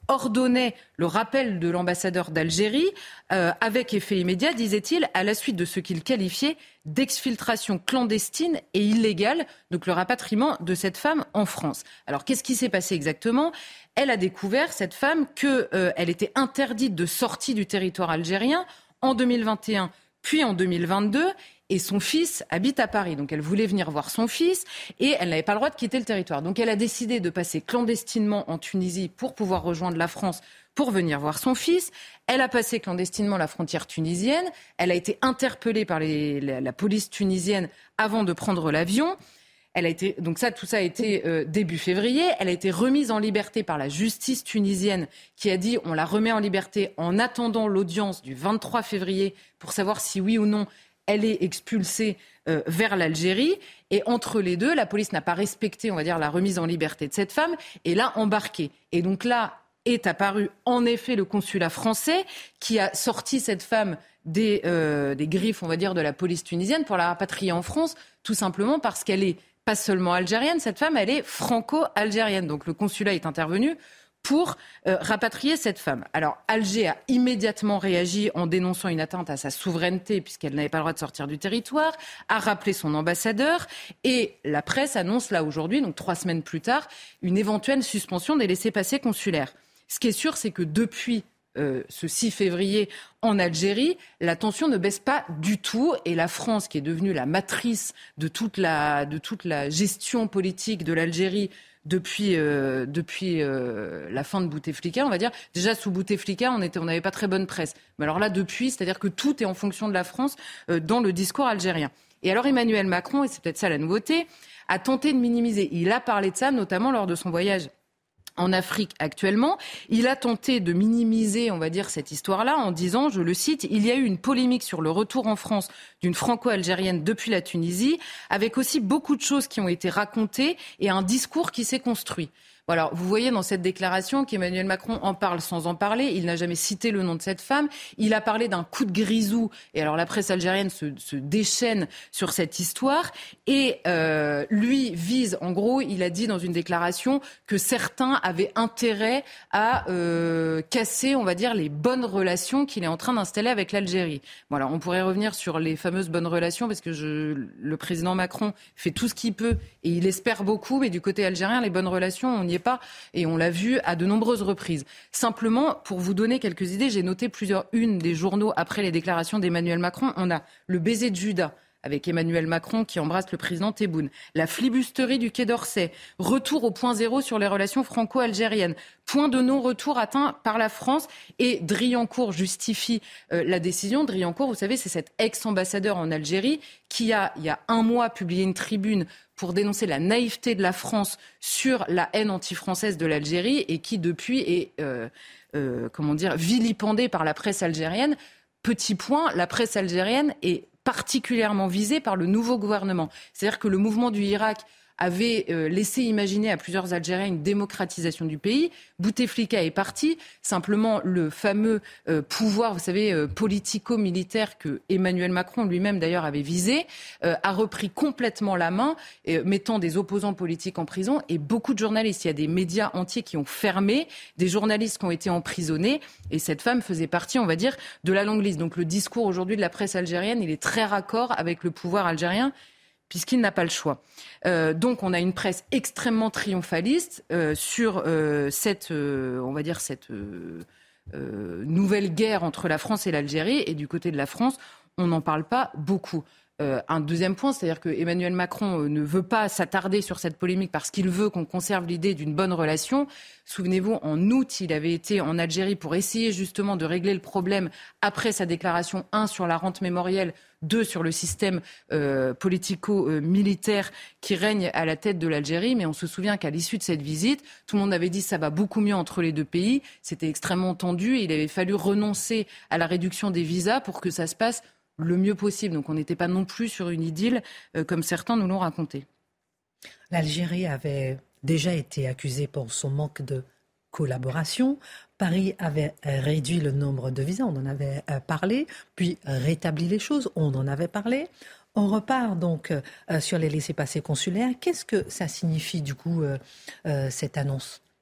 ordonnait le rappel de l'ambassadeur d'Algérie euh, avec effet immédiat, disait-il, à la suite de ce qu'il qualifiait d'exfiltration clandestine et illégale, donc le rapatriement de cette femme en France. Alors qu'est-ce qui s'est passé exactement ? Elle a découvert, cette femme, qu'elle euh, était interdite de sortie du territoire algérien en deux mille vingt et un, puis en deux mille vingt-deux, et son fils habite à Paris. Donc elle voulait venir voir son fils et elle n'avait pas le droit de quitter le territoire. Donc elle a décidé de passer clandestinement en Tunisie pour pouvoir rejoindre la France pour venir voir son fils. Elle a passé clandestinement la frontière tunisienne. Elle a été interpellée par les, la, la police tunisienne avant de prendre l'avion. Elle a été, donc ça, tout ça a été euh, début février. Elle a été remise en liberté par la justice tunisienne qui a dit on la remet en liberté en attendant l'audience du vingt-trois février pour savoir si oui ou non elle est expulsée euh, vers l'Algérie. Et entre les deux, la police n'a pas respecté, on va dire, la remise en liberté de cette femme et l'a embarquée. Et donc là est apparu en effet le consulat français qui a sorti cette femme des, euh, des griffes, on va dire, de la police tunisienne pour la rapatrier en France, tout simplement parce qu'elle est pas seulement algérienne, cette femme, elle est franco-algérienne. Donc le consulat est intervenu pour euh, rapatrier cette femme. Alors Alger a immédiatement réagi en dénonçant une atteinte à sa souveraineté puisqu'elle n'avait pas le droit de sortir du territoire, a rappelé son ambassadeur et la presse annonce là aujourd'hui, donc trois semaines plus tard, une éventuelle suspension des laissez-passer consulaires. Ce qui est sûr, c'est que depuis euh, ce six février en Algérie, la tension ne baisse pas du tout et la France, qui est devenue la matrice de toute la, de toute la gestion politique de l'Algérie depuis, euh, depuis euh, la fin de Bouteflika, on va dire. Déjà, sous Bouteflika, on était, on n'avait pas très bonne presse. Mais alors là, depuis, c'est-à-dire que tout est en fonction de la France euh, dans le discours algérien. Et alors Emmanuel Macron, et c'est peut-être ça la nouveauté, a tenté de minimiser. Il a parlé de ça, notamment lors de son voyage en Afrique actuellement. Il a tenté de minimiser, on va dire, cette histoire-là en disant, je le cite, « Il y a eu une polémique sur le retour en France d'une franco-algérienne depuis la Tunisie, avec aussi beaucoup de choses qui ont été racontées et un discours qui s'est construit. » Voilà, vous voyez dans cette déclaration qu'Emmanuel Macron en parle sans en parler. Il n'a jamais cité le nom de cette femme. Il a parlé d'un coup de grisou. Et alors la presse algérienne se, se déchaîne sur cette histoire. Et euh, lui vise, en gros, il a dit dans une déclaration que certains avaient intérêt à euh, casser, on va dire, les bonnes relations qu'il est en train d'installer avec l'Algérie. Voilà, on pourrait revenir sur les fameuses bonnes relations parce que je, le président Macron fait tout ce qu'il peut et il espère beaucoup. Mais du côté algérien, les bonnes relations, on n'y est pas et on l'a vu à de nombreuses reprises. Simplement, pour vous donner quelques idées, j'ai noté plusieurs unes des journaux après les déclarations d'Emmanuel Macron. On a le baiser de Judas avec Emmanuel Macron qui embrasse le président Tebboune. La flibusterie du Quai d'Orsay. Retour au point zéro sur les relations franco-algériennes. Point de non-retour atteint par la France. Et Driancourt justifie euh, la décision. Driancourt, vous savez, c'est cet ex-ambassadeur en Algérie qui a, il y a un mois, publié une tribune pour dénoncer la naïveté de la France sur la haine anti-française de l'Algérie et qui, depuis, est euh, euh, comment dire, vilipendé par la presse algérienne. Petit point, la presse algérienne est particulièrement visée par le nouveau gouvernement. C'est-à-dire que le mouvement du Irak avait euh, laissé imaginer à plusieurs Algériens une démocratisation du pays. Bouteflika est parti. Simplement, le fameux euh, pouvoir, vous savez, euh, politico-militaire que Emmanuel Macron lui-même d'ailleurs avait visé, euh, a repris complètement la main, euh, mettant des opposants politiques en prison et beaucoup de journalistes. Il y a des médias entiers qui ont fermé, des journalistes qui ont été emprisonnés et cette femme faisait partie, on va dire, de la longue liste. Donc le discours aujourd'hui de la presse algérienne, il est très raccord avec le pouvoir algérien, puisqu'il n'a pas le choix. Euh, donc on a une presse extrêmement triomphaliste euh, sur euh, cette, euh, on va dire cette euh, euh, nouvelle guerre entre la France et l'Algérie. Et du côté de la France, on n'en parle pas beaucoup. Euh, un deuxième point, c'est-à-dire que Emmanuel Macron euh, ne veut pas s'attarder sur cette polémique parce qu'il veut qu'on conserve l'idée d'une bonne relation. Souvenez-vous, en août, il avait été en Algérie pour essayer justement de régler le problème après sa déclaration, un, sur la rente mémorielle, deux, sur le système euh, politico-militaire qui règne à la tête de l'Algérie. Mais on se souvient qu'à l'issue de cette visite, tout le monde avait dit que ça va beaucoup mieux entre les deux pays. C'était extrêmement tendu et il avait fallu renoncer à la réduction des visas pour que ça se passe le mieux possible. Donc on n'était pas non plus sur une idylle euh, comme certains nous l'ont raconté. L'Algérie avait déjà été accusée pour son manque de collaboration. Paris avait réduit le nombre de visas, on en avait parlé, puis rétabli les choses, on en avait parlé. On repart donc euh, sur les laissez-passer consulaires. Qu'est-ce que ça signifie du coup, euh, euh, cette annonce ?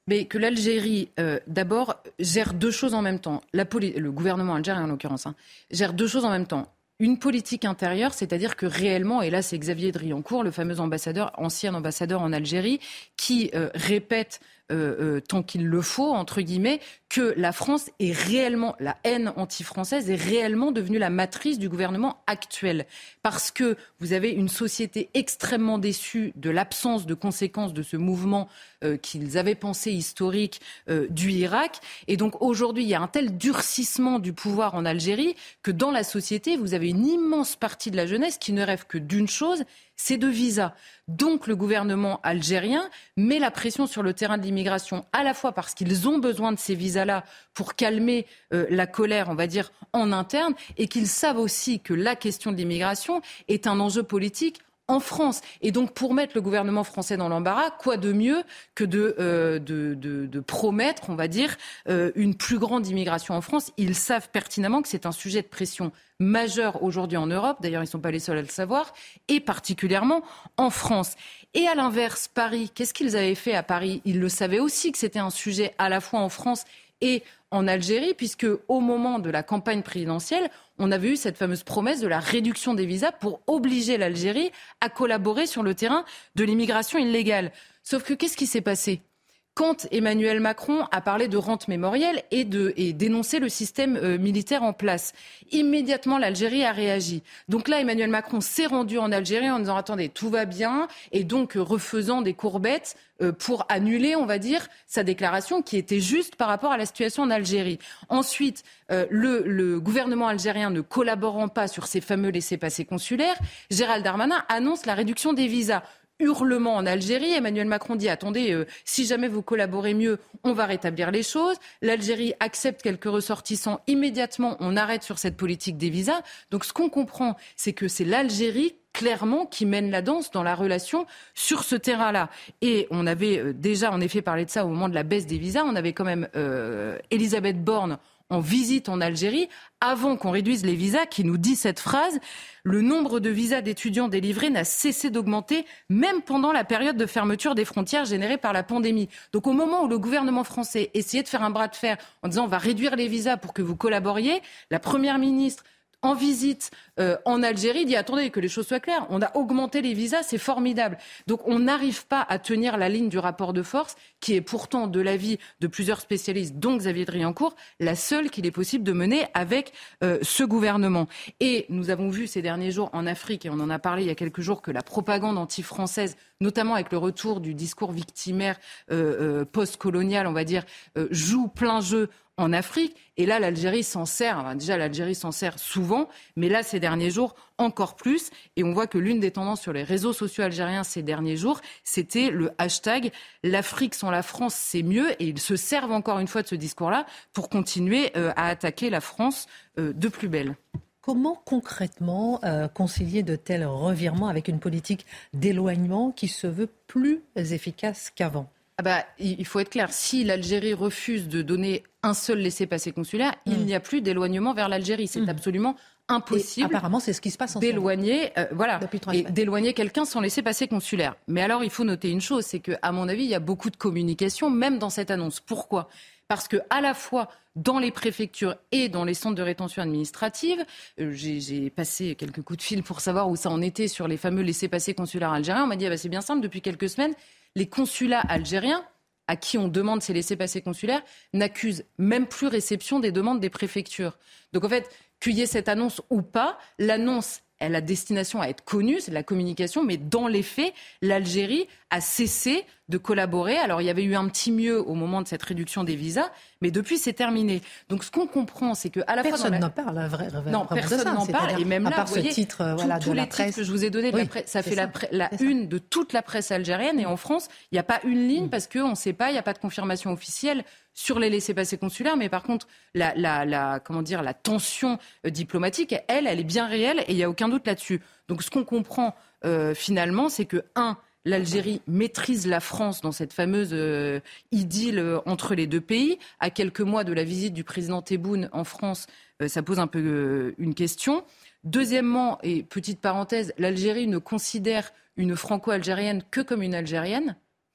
Mais que l'Algérie, euh, d'abord, gère deux choses en même temps. La poli- le gouvernement algérien, en l'occurrence, hein, gère deux choses en même temps. Une politique intérieure, c'est-à-dire que réellement, et là c'est Xavier Driancourt, le fameux ambassadeur, ancien ambassadeur en Algérie, qui euh, répète euh, euh, tant qu'il le faut, entre guillemets, que la France est réellement, la haine anti-française est réellement devenue la matrice du gouvernement actuel. Parce que vous avez une société extrêmement déçue de l'absence de conséquences de ce mouvement euh, qu'ils avaient pensé historique euh, du Irak. Et donc aujourd'hui, il y a un tel durcissement du pouvoir en Algérie que dans la société, vous avez une immense partie de la jeunesse qui ne rêve que d'une chose, c'est de visas. Donc le gouvernement algérien met la pression sur le terrain de l'immigration, à la fois parce qu'ils ont besoin de ces visas-là pour calmer euh, la colère, on va dire, en interne, et qu'ils savent aussi que la question de l'immigration est un enjeu politique en France. Et donc, pour mettre le gouvernement français dans l'embarras, quoi de mieux que de, euh, de, de, de promettre, on va dire, euh, une plus grande immigration en France. Ils savent pertinemment que c'est un sujet de pression majeur aujourd'hui en Europe. D'ailleurs, ils ne sont pas les seuls à le savoir. Et particulièrement en France. Et à l'inverse, Paris, qu'est-ce qu'ils avaient fait à Paris ? Ils le savaient aussi que c'était un sujet à la fois en France et en Algérie, puisque au moment de la campagne présidentielle, on avait eu cette fameuse promesse de la réduction des visas pour obliger l'Algérie à collaborer sur le terrain de l'immigration illégale. Sauf que qu'est-ce qui s'est passé ? Quand Emmanuel Macron a parlé de rente mémorielle et, de, et dénoncé le système euh, militaire en place, immédiatement l'Algérie a réagi. Donc là, Emmanuel Macron s'est rendu en Algérie en disant « Attendez, tout va bien » et donc euh, refaisant des courbettes euh, pour annuler, on va dire, sa déclaration qui était juste par rapport à la situation en Algérie. Ensuite, euh, le, le gouvernement algérien ne collaborant pas sur ces fameux laissez-passer consulaires, Gérald Darmanin annonce la réduction des visas. Hurlement en Algérie. Emmanuel Macron dit « Attendez, euh, si jamais vous collaborez mieux, on va rétablir les choses ». L'Algérie accepte quelques ressortissants. Immédiatement, on arrête sur cette politique des visas. Donc ce qu'on comprend, c'est que c'est l'Algérie clairement qui mène la danse dans la relation sur ce terrain-là. Et on avait déjà en effet parlé de ça au moment de la baisse des visas. On avait quand même euh, Elisabeth Borne en visite en Algérie, avant qu'on réduise les visas, qui nous dit cette phrase « Le nombre de visas d'étudiants délivrés n'a cessé d'augmenter, même pendant la période de fermeture des frontières générée par la pandémie. » Donc au moment où le gouvernement français essayait de faire un bras de fer en disant « On va réduire les visas pour que vous collaboriez », la première ministre en visite euh, en Algérie, dit « Attendez, que les choses soient claires, on a augmenté les visas, c'est formidable ». Donc on n'arrive pas à tenir la ligne du rapport de force, qui est pourtant, de l'avis de plusieurs spécialistes, dont Xavier Driancourt, la seule qu'il est possible de mener avec euh, ce gouvernement. Et nous avons vu ces derniers jours en Afrique, et on en a parlé il y a quelques jours, que la propagande anti-française, notamment avec le retour du discours victimaire euh, euh, post-colonial, on va dire, euh, joue plein jeu en Afrique. Et là, l'Algérie s'en sert. Enfin, déjà, l'Algérie s'en sert souvent, mais là, ces derniers jours, encore plus. Et on voit que l'une des tendances sur les réseaux sociaux algériens ces derniers jours, c'était le hashtag « L'Afrique sans la France, c'est mieux ». Et ils se servent encore une fois de ce discours-là pour continuer euh, à attaquer la France euh, de plus belle. Comment concrètement euh, concilier de tels revirements avec une politique d'éloignement qui se veut plus efficace qu'avant ? Ah bah, il faut être clair, si l'Algérie refuse de donner un seul laissez-passer consulaire, mmh. il n'y a plus d'éloignement vers l'Algérie. C'est mmh. absolument impossible. Et apparemment, c'est ce qui se passe en d'éloigner, euh, voilà, et d'éloigner quelqu'un sans laissez-passer consulaire. Mais alors, il faut noter une chose, c'est que, à mon avis, il y a beaucoup de communication, même dans cette annonce. Pourquoi ? Parce que, à la fois dans les préfectures et dans les centres de rétention administrative, euh, j'ai, j'ai passé quelques coups de fil pour savoir où ça en était sur les fameux laissez-passer consulaires algériens. On m'a dit, ah bah, c'est bien simple, depuis quelques semaines, les consulats algériens, à qui on demande ces laissez-passer consulaires, n'accusent même plus réception des demandes des préfectures. Donc en fait, qu'il y ait cette annonce ou pas, l'annonce, elle a destination à être connue, c'est de la communication, mais dans les faits, l'Algérie a cessé de collaborer. Alors il y avait eu un petit mieux au moment de cette réduction des visas, mais depuis c'est terminé. Donc ce qu'on comprend, c'est que à la personne fois n'en parle, la vraie, vraie non, personne de ça, n'en parle. Et même là, à part vous voyez, ce titre, euh, voilà, tous, tous de la les presse. titres que je vous ai donnés, de oui, la presse, ça fait ça, la, la une de toute la presse algérienne. Et en France, il n'y a pas une ligne mmh. parce qu'on ne sait pas, il n'y a pas de confirmation officielle sur les laissez-passer consulaires. Mais par contre, la, la, la, comment dire, la tension euh, diplomatique, elle, elle est bien réelle et il n'y a aucun doute là-dessus. Donc ce qu'on comprend euh, finalement, c'est que, un, l'Algérie maîtrise la France dans cette fameuse euh, idylle euh, entre les deux pays. À quelques mois de la visite du président Tebboune en France, euh, ça pose un peu euh, une question. Deuxièmement, et petite parenthèse, l'Algérie ne considère une franco-algérienne que comme une Algérienne.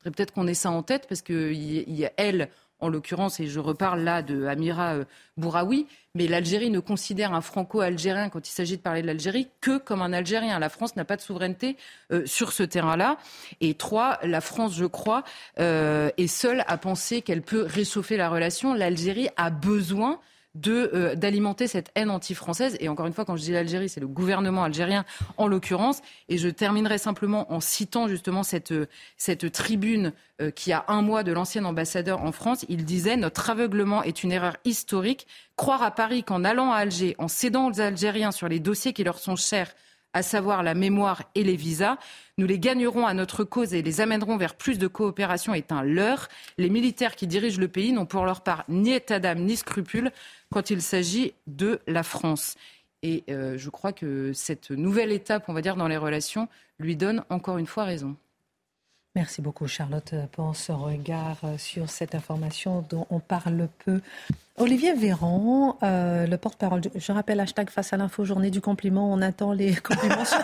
faudrait peut-être qu'on ait ça en tête, parce qu'il y, y a elle, en l'occurrence, et je reparle là de Amira euh, Bouraoui, mais l'Algérie ne considère un franco-algérien, quand il s'agit de parler de l'Algérie, que comme un Algérien. La France n'a pas de souveraineté euh, sur ce terrain-là. Et trois, la France, je crois, euh, est seule à penser qu'elle peut réchauffer la relation. L'Algérie a besoin de, euh, d'alimenter cette haine anti-française. Et encore une fois, quand je dis l'Algérie, c'est le gouvernement algérien en l'occurrence. Et je terminerai simplement en citant justement cette, cette tribune euh, qui a un mois de l'ancien ambassadeur en France. Il disait « Notre aveuglement est une erreur historique. Croire à Paris qu'en allant à Alger, en cédant aux Algériens sur les dossiers qui leur sont chers, à savoir la mémoire et les visas, nous les gagnerons à notre cause et les amènerons vers plus de coopération est un leurre. Les militaires qui dirigent le pays n'ont pour leur part ni état d'âme ni scrupules quand il s'agit de la France. » Et euh, je crois que cette nouvelle étape, on va dire, dans les relations, lui donne encore une fois raison. Merci beaucoup, Charlotte, pour ce regard sur cette information dont on parle peu. Olivier Véran, euh, le porte-parole, du, je rappelle, hashtag face à l'info, journée du compliment, on attend les compliments sur,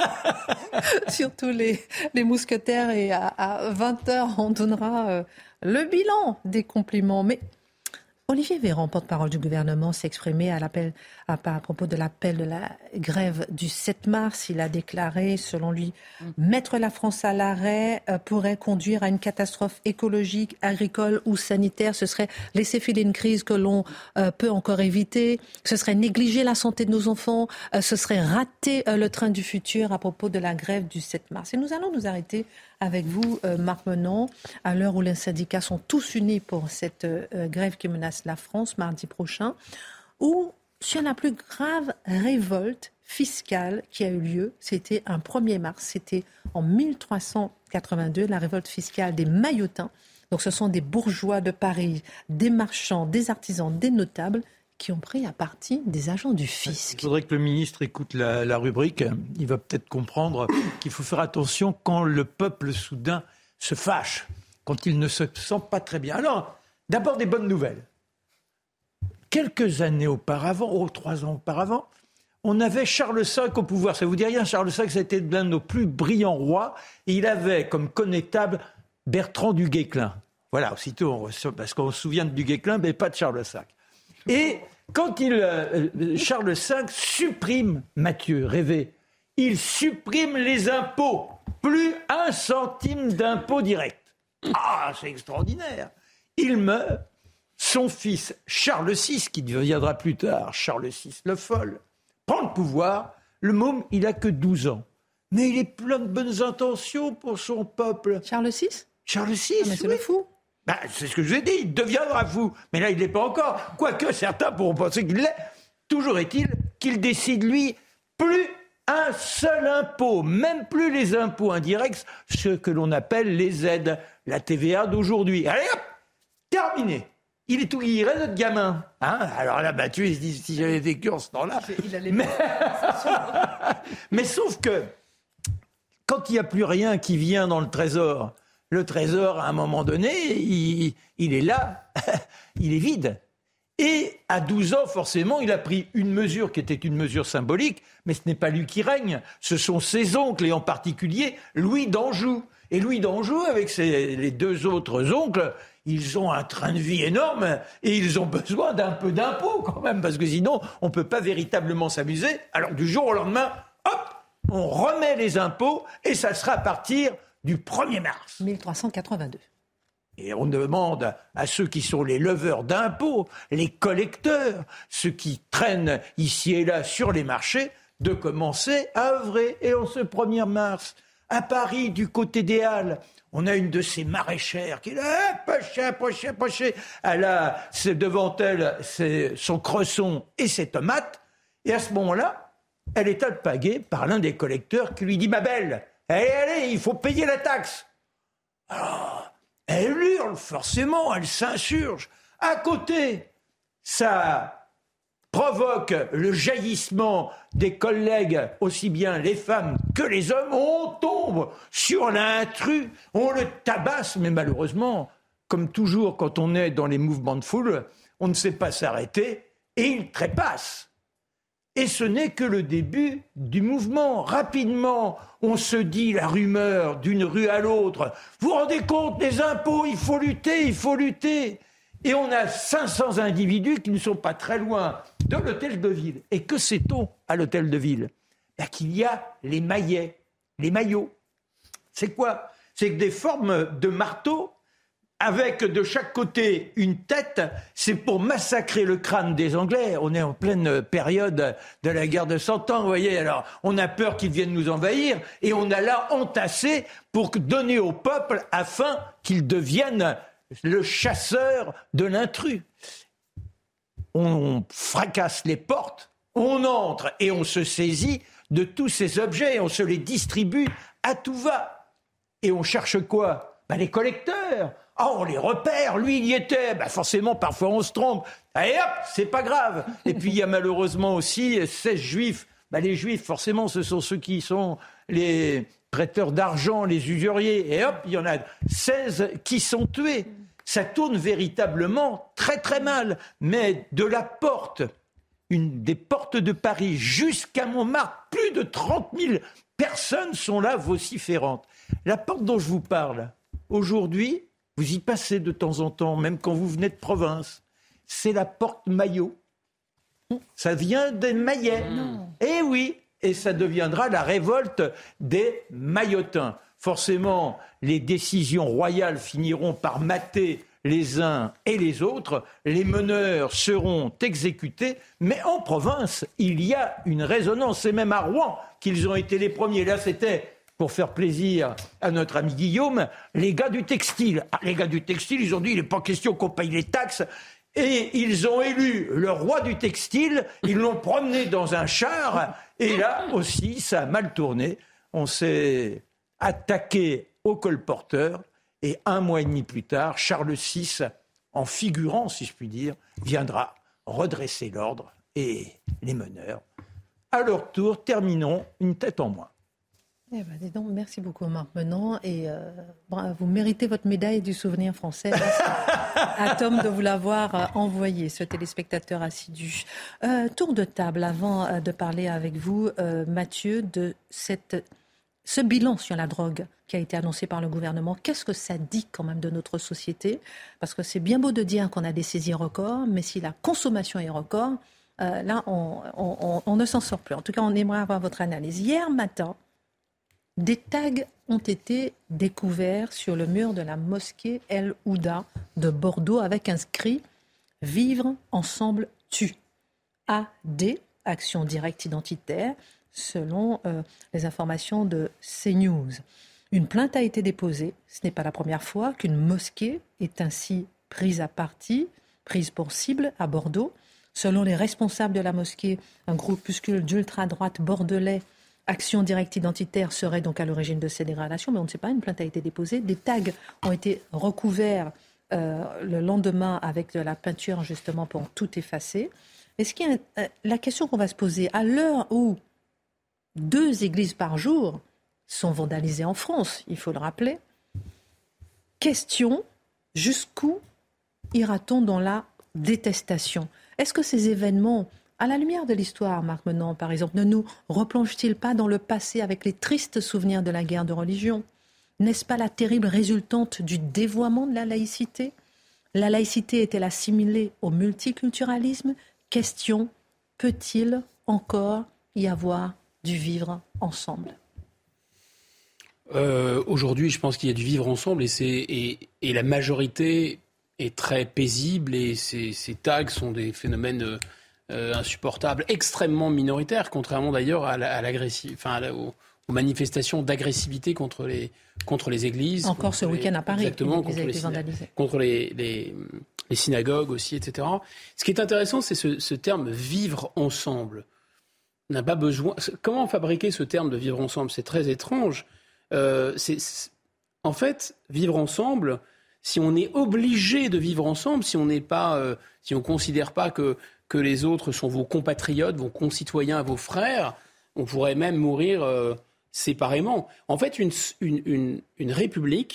surtout les, les mousquetaires, et à, à vingt heures, on donnera euh, le bilan des compliments. Mais Olivier Véran, porte-parole du gouvernement, s'est exprimé à, l'appel, à, à propos de l'appel de la grève du sept mars. Il a déclaré, selon lui, mettre la France à l'arrêt euh, pourrait conduire à une catastrophe écologique, agricole ou sanitaire. Ce serait laisser filer une crise que l'on euh, peut encore éviter. Ce serait négliger la santé de nos enfants. Euh, ce serait rater euh, le train du futur à propos de la grève du sept mars. Et nous allons nous arrêter avec vous, euh, Marc Menon, à l'heure où les syndicats sont tous unis pour cette euh, grève qui menace la France mardi prochain, où sur la plus grave révolte fiscale qui a eu lieu, c'était un premier mars, c'était en mille trois cent quatre-vingt-deux, la révolte fiscale des Maillotins. Donc ce sont des bourgeois de Paris, des marchands, des artisans, des notables qui ont pris à partie des agents du fisc. Il faudrait que le ministre écoute la, la rubrique. Il va peut-être comprendre qu'il faut faire attention quand le peuple soudain se fâche, quand il ne se sent pas très bien. Alors, d'abord des bonnes nouvelles. Quelques années auparavant, oh, trois ans auparavant, on avait Charles cinq au pouvoir. Ça vous dit rien? Charles cinq, c'était l'un de nos plus brillants rois. Et il avait comme connétable Bertrand du Guesclin. Voilà, aussitôt, on reçoit, parce qu'on se souvient de du Guesclin, mais pas de Charles cinq. Et quand il, euh, Charles cinq supprime, Mathieu, rêvez, il supprime les impôts. Plus un centime d'impôt direct. Ah, c'est extraordinaire. Il meurt. Son fils, Charles six, qui deviendra plus tard Charles six le Foll, prend le pouvoir. Le môme, il n'a que douze ans. Mais il est plein de bonnes intentions pour son peuple. Charles six Charles six, ah, mais c'est oui. le fou. Ben, c'est ce que je vous ai dit, il deviendra fou. Mais là, il ne l'est pas encore. Quoique certains pourront penser qu'il l'est. Toujours est-il qu'il décide, lui, plus un seul impôt, même plus les impôts indirects, ce que l'on appelle les aides, la T V A d'aujourd'hui. Allez hop, terminé. Il est tout, il reste notre gamin. Hein, alors là, bah, tu dis, si j'avais vécu en ce temps-là. Il allait mais... mais sauf que, quand il n'y a plus rien qui vient dans le trésor, le trésor, à un moment donné, il, il est là, il est vide. Et à douze ans, forcément, il a pris une mesure qui était une mesure symbolique, mais ce n'est pas lui qui règne, ce sont ses oncles, et en particulier Louis d'Anjou. Et Louis d'Anjou, avec ses, les deux autres oncles, ils ont un train de vie énorme et ils ont besoin d'un peu d'impôts quand même, parce que sinon, on ne peut pas véritablement s'amuser. Alors du jour au lendemain, hop, on remet les impôts et ça sera à partir du premier mars. mille trois cent quatre-vingt-deux. Et on demande à ceux qui sont les leveurs d'impôts, les collecteurs, ceux qui traînent ici et là sur les marchés, de commencer à œuvrer. Et en ce premier mars, à Paris, du côté des Halles, on a une de ces maraîchères qui est là, poché, poché, poché. Elle a c'est devant elle c'est son cresson et ses tomates. Et à ce moment-là, elle est alpaguée par l'un des collecteurs qui lui dit « Ma belle, allez, allez, il faut payer la taxe !» Alors, elle hurle forcément, elle s'insurge. À côté, ça provoque le jaillissement des collègues, aussi bien les femmes que les hommes. On tombe sur l'intrus, on le tabasse, mais malheureusement, comme toujours quand on est dans les mouvements de foule, on ne sait pas s'arrêter et il trépasse. Et ce n'est que le début du mouvement. Rapidement, on se dit la rumeur d'une rue à l'autre. Vous vous rendez compte, les impôts, il faut lutter, il faut lutter. Et on a cinq cents individus qui ne sont pas très loin de l'hôtel de ville. Et que sait-on à l'hôtel de ville ? Ben, qu'il y a les maillets, les maillots. C'est quoi ? C'est que des formes de marteaux avec de chaque côté une tête, c'est pour massacrer le crâne des Anglais. On est en pleine période de la guerre de Cent Ans, vous voyez. Alors, on a peur qu'ils viennent nous envahir et on a là entassé pour donner au peuple afin qu'il devienne le chasseur de l'intrus. On fracasse les portes, on entre et on se saisit de tous ces objets, on se les distribue à tout va. Et on cherche quoi ? Ben, les collecteurs. Ah, oh, on les repère, lui il y était, ben forcément parfois on se trompe, allez hop, c'est pas grave. Et puis il y a malheureusement aussi seize juifs, ben, les juifs forcément ce sont ceux qui sont les prêteurs d'argent, les usuriers, et hop, il y en a seize qui sont tués. Ça tourne véritablement très très mal, mais de la porte, une des portes de Paris jusqu'à Montmartre, plus de trente mille personnes sont là vociférantes. La porte dont je vous parle, aujourd'hui, vous y passez de temps en temps, même quand vous venez de province. C'est la porte Maillot. Ça vient des Maillets. Eh oui, et ça deviendra la révolte des Maillotins. Forcément, les décisions royales finiront par mater les uns et les autres. Les meneurs seront exécutés. Mais en province, il y a une résonance. C'est même à Rouen qu'ils ont été les premiers. Là, c'était... pour faire plaisir à notre ami Guillaume, les gars du textile. Ah, les gars du textile, ils ont dit, il n'est pas question qu'on paye les taxes. Et ils ont élu le roi du textile, ils l'ont promené dans un char, et là aussi, ça a mal tourné. On s'est attaqué au colporteur, et un mois et demi plus tard, Charles six, en figurant, si je puis dire, viendra redresser l'ordre, et les meneurs, à leur tour, termineront une tête en moins. Eh ben, dis donc, merci beaucoup Marc Menon et euh, bon, vous méritez votre médaille du souvenir français. Merci à Tom de vous l'avoir euh, envoyé, ce téléspectateur assidu. Euh, tour de table avant euh, de parler avec vous, euh, Mathieu, de cette, ce bilan sur la drogue qui a été annoncé par le gouvernement. Qu'est-ce que ça dit quand même de notre société ? Parce que c'est bien beau de dire qu'on a des saisies records, mais si la consommation est record, euh, là on, on, on, on ne s'en sort plus. En tout cas, on aimerait avoir votre analyse. Hier matin, des tags ont été découverts sur le mur de la mosquée El Ouda de Bordeaux avec inscrit « Vivre ensemble tue ». A D, Action directe identitaire, selon euh, les informations de CNews. Une plainte a été déposée. Ce n'est pas la première fois qu'une mosquée est ainsi prise à partie, prise pour cible à Bordeaux. Selon les responsables de la mosquée, un groupuscule d'ultra-droite bordelais, Action directe identitaire, serait donc à l'origine de ces dégradations, mais on ne sait pas, une plainte a été déposée. Des tags ont été recouverts euh, le lendemain avec de la peinture justement pour tout effacer. Est-ce qu'il y a euh, la question qu'on va se poser, à l'heure où deux églises par jour sont vandalisées en France, il faut le rappeler, question, jusqu'où ira-t-on dans la détestation ? Est-ce que ces événements, à la lumière de l'histoire, Marc Menon, par exemple, ne nous replonge-t-il pas dans le passé avec les tristes souvenirs de la guerre de religion ? N'est-ce pas la terrible résultante du dévoiement de la laïcité ? La laïcité est-elle assimilée au multiculturalisme ? Question, peut-il encore y avoir du vivre ensemble ? euh, Aujourd'hui, je pense qu'il y a du vivre ensemble et, c'est, et, et la majorité est très paisible et ces, ces tags sont des phénomènes... Euh, Euh, insupportable, extrêmement minoritaire, contrairement d'ailleurs à, la, à l'agressif, enfin à la, aux, aux manifestations d'agressivité contre les, contre les églises. Encore ce les, week-end à Paris, exactement, contre, les, contre les, les, les synagogues aussi, et cetera. Ce qui est intéressant, c'est ce, ce terme « vivre ensemble ». On n'a pas besoin... Comment fabriquer ce terme de « vivre ensemble » ? C'est très étrange. Euh, c'est, c'est... En fait, vivre ensemble, si on est obligé de vivre ensemble, si on n'est pas, euh, si on considère pas que que les autres sont vos compatriotes, vos concitoyens, vos frères, on pourrait même mourir euh, séparément. En fait, une, une, une, une république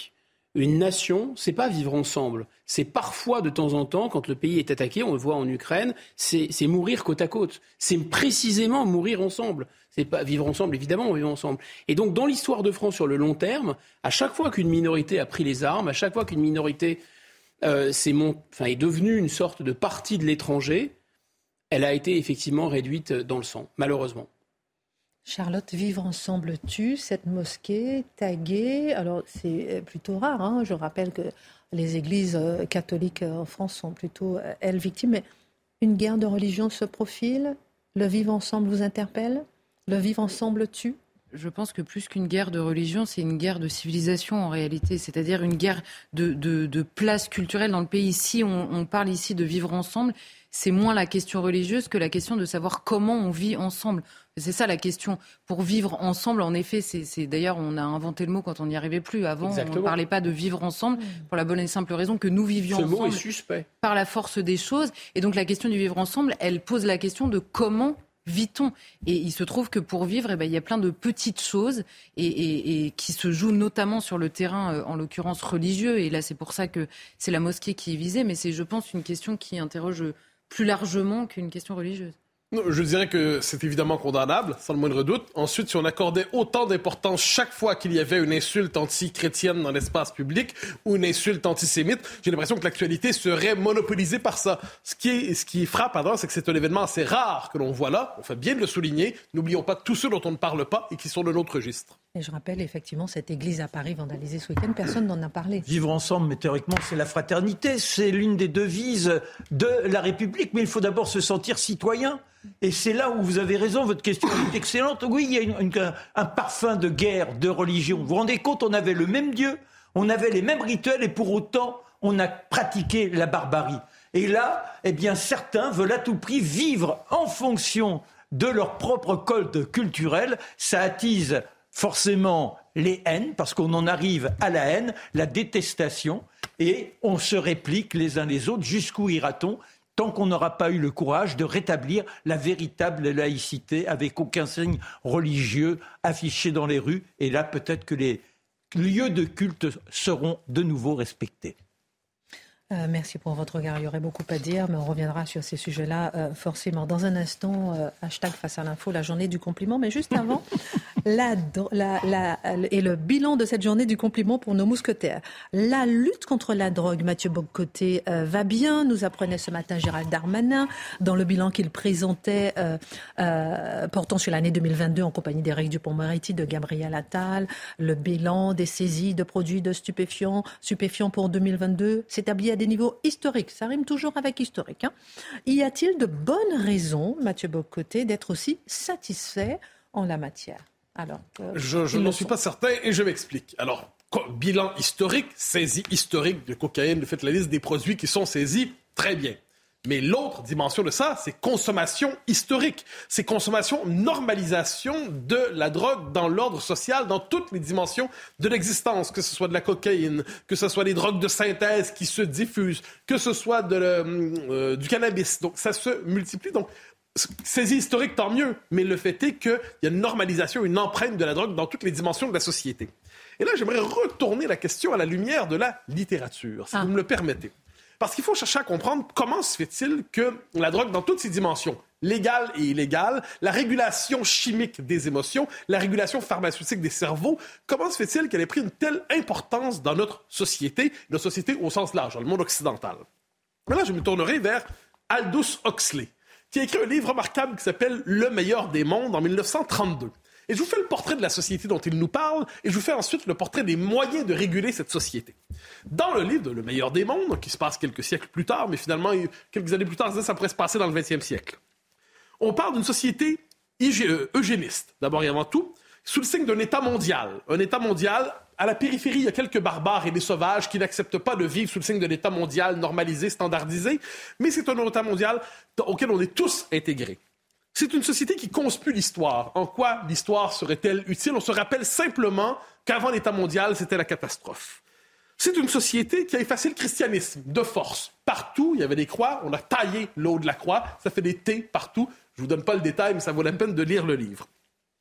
Une nation, c'est pas vivre ensemble. C'est parfois, de temps en temps, quand le pays est attaqué, on le voit en Ukraine, c'est, c'est mourir côte à côte. C'est précisément mourir ensemble. C'est pas vivre ensemble, évidemment, on vit ensemble. Et donc, dans l'histoire de France, sur le long terme, à chaque fois qu'une minorité a pris les armes, à chaque fois qu'une minorité euh, c'est mon, enfin, est devenue une sorte de partie de l'étranger, elle a été effectivement réduite dans le sang, malheureusement. Charlotte, vivre ensemble tue, cette mosquée taguée, alors c'est plutôt rare, hein. Je rappelle que les églises catholiques en France sont plutôt, elles, victimes, mais une guerre de religion se profile, le vivre ensemble vous interpelle, le vivre ensemble tue? Je pense que plus qu'une guerre de religion, c'est une guerre de civilisation en réalité, c'est-à-dire une guerre de, de, de place culturelle dans le pays. Si on, on parle ici de vivre ensemble, c'est moins la question religieuse que la question de savoir comment on vit ensemble. C'est ça la question. Pour vivre ensemble, en effet, c'est, c'est d'ailleurs, on a inventé le mot quand on n'y arrivait plus. Avant, Exactement. On ne parlait pas de vivre ensemble pour la bonne et simple raison que nous vivions Ce ensemble mot est suspect. Par la force des choses. Et donc la question du vivre ensemble, elle pose la question de comment vit-on ? Et il se trouve que pour vivre, eh ben, il y a plein de petites choses et, et, et qui se jouent notamment sur le terrain, euh, en l'occurrence religieux. Et là, c'est pour ça que c'est la mosquée qui est visée. Mais c'est, je pense, une question qui interroge plus largement qu'une question religieuse. Je dirais que c'est évidemment condamnable, sans le moindre doute. Ensuite, si on accordait autant d'importance chaque fois qu'il y avait une insulte anti-chrétienne dans l'espace public ou une insulte antisémite, j'ai l'impression que l'actualité serait monopolisée par ça. Ce qui, est, ce qui frappe, pardon, c'est que c'est un événement assez rare que l'on voit là. On fait bien de le souligner. N'oublions pas tous ceux dont on ne parle pas et qui sont de notre registre. Et je rappelle effectivement cette église à Paris vandalisée ce week-end, personne n'en a parlé. Vivre ensemble, mais théoriquement, c'est la fraternité. C'est l'une des devises de la République. Mais il faut d'abord se sentir citoyen. Et c'est là où vous avez raison, votre question est excellente. Oui, il y a une, une, un parfum de guerre, de religion. Vous vous rendez compte, on avait le même Dieu, on avait les mêmes rituels et pour autant, on a pratiqué la barbarie. Et là, eh bien, certains veulent à tout prix vivre en fonction de leur propre code culturel. Ça attise forcément les haines, parce qu'on en arrive à la haine, la détestation, et on se réplique les uns les autres. Jusqu'où ira-t-on ? Tant qu'on n'aura pas eu le courage de rétablir la véritable laïcité avec aucun signe religieux affiché dans les rues. Et là, peut-être que les lieux de culte seront de nouveau respectés. Euh, merci pour votre regard. Il y aurait beaucoup à dire, mais on reviendra sur ces sujets-là euh, forcément. Dans un instant, euh, hashtag face à l'info, la journée du compliment. Mais juste avant, la, la, la, et le bilan de cette journée du compliment pour nos mousquetaires. La lutte contre la drogue, Mathieu Bock-Côté, euh, va bien, nous apprenait ce matin Gérald Darmanin, dans le bilan qu'il présentait, euh, euh, portant sur l'année deux mille vingt-deux en compagnie d'Éric Dupond-Moretti, de Gabriel Attal. Le bilan des saisies de produits de stupéfiants, stupéfiants pour deux mille vingt-deux s'établit à des niveaux historiques. Ça rime toujours avec historique. Hein. Y a-t-il de bonnes raisons, Mathieu Bock-Côté, d'être aussi satisfait en la matière ? Alors, euh, je je n'en suis pas certain et je m'explique. Alors, bilan historique, saisie historique de cocaïne, le fait la liste des produits qui sont saisis, très bien. Mais l'autre dimension de ça, c'est consommation historique. C'est consommation, normalisation de la drogue dans l'ordre social, dans toutes les dimensions de l'existence, que ce soit de la cocaïne, que ce soit des drogues de synthèse qui se diffusent, que ce soit de, euh, du cannabis. Donc, ça se multiplie. Donc, saisie historique, tant mieux. Mais le fait est qu'il y a une normalisation, une empreinte de la drogue dans toutes les dimensions de la société. Et là, j'aimerais retourner la question à la lumière de la littérature, si ah. vous me le permettez. Parce qu'il faut chercher à comprendre comment se fait-il que la drogue, dans toutes ses dimensions, légale et illégale, la régulation chimique des émotions, la régulation pharmaceutique des cerveaux, comment se fait-il qu'elle ait pris une telle importance dans notre société, notre société au sens large, dans le monde occidental? Mais là, je me tournerai vers Aldous Huxley, qui a écrit un livre remarquable qui s'appelle « Le meilleur des mondes » en dix-neuf cent trente-deux. Et je vous fais le portrait de la société dont il nous parle, et je vous fais ensuite le portrait des moyens de réguler cette société. Dans le livre de Le meilleur des mondes, qui se passe quelques siècles plus tard, mais finalement, quelques années plus tard, ça pourrait se passer dans le vingtième siècle, on parle d'une société eugéniste, d'abord et avant tout, sous le signe d'un État mondial. Un État mondial, à la périphérie, il y a quelques barbares et des sauvages qui n'acceptent pas de vivre sous le signe d'un État mondial normalisé, standardisé, mais c'est un État mondial auquel on est tous intégrés. C'est une société qui conspue l'histoire. En quoi l'histoire serait-elle utile? On se rappelle simplement qu'avant l'État mondial, c'était la catastrophe. C'est une société qui a effacé le christianisme de force. Partout, il y avait des croix, on a taillé le haut de la croix, ça fait des T partout. Je ne vous donne pas le détail, mais ça vaut la peine de lire le livre.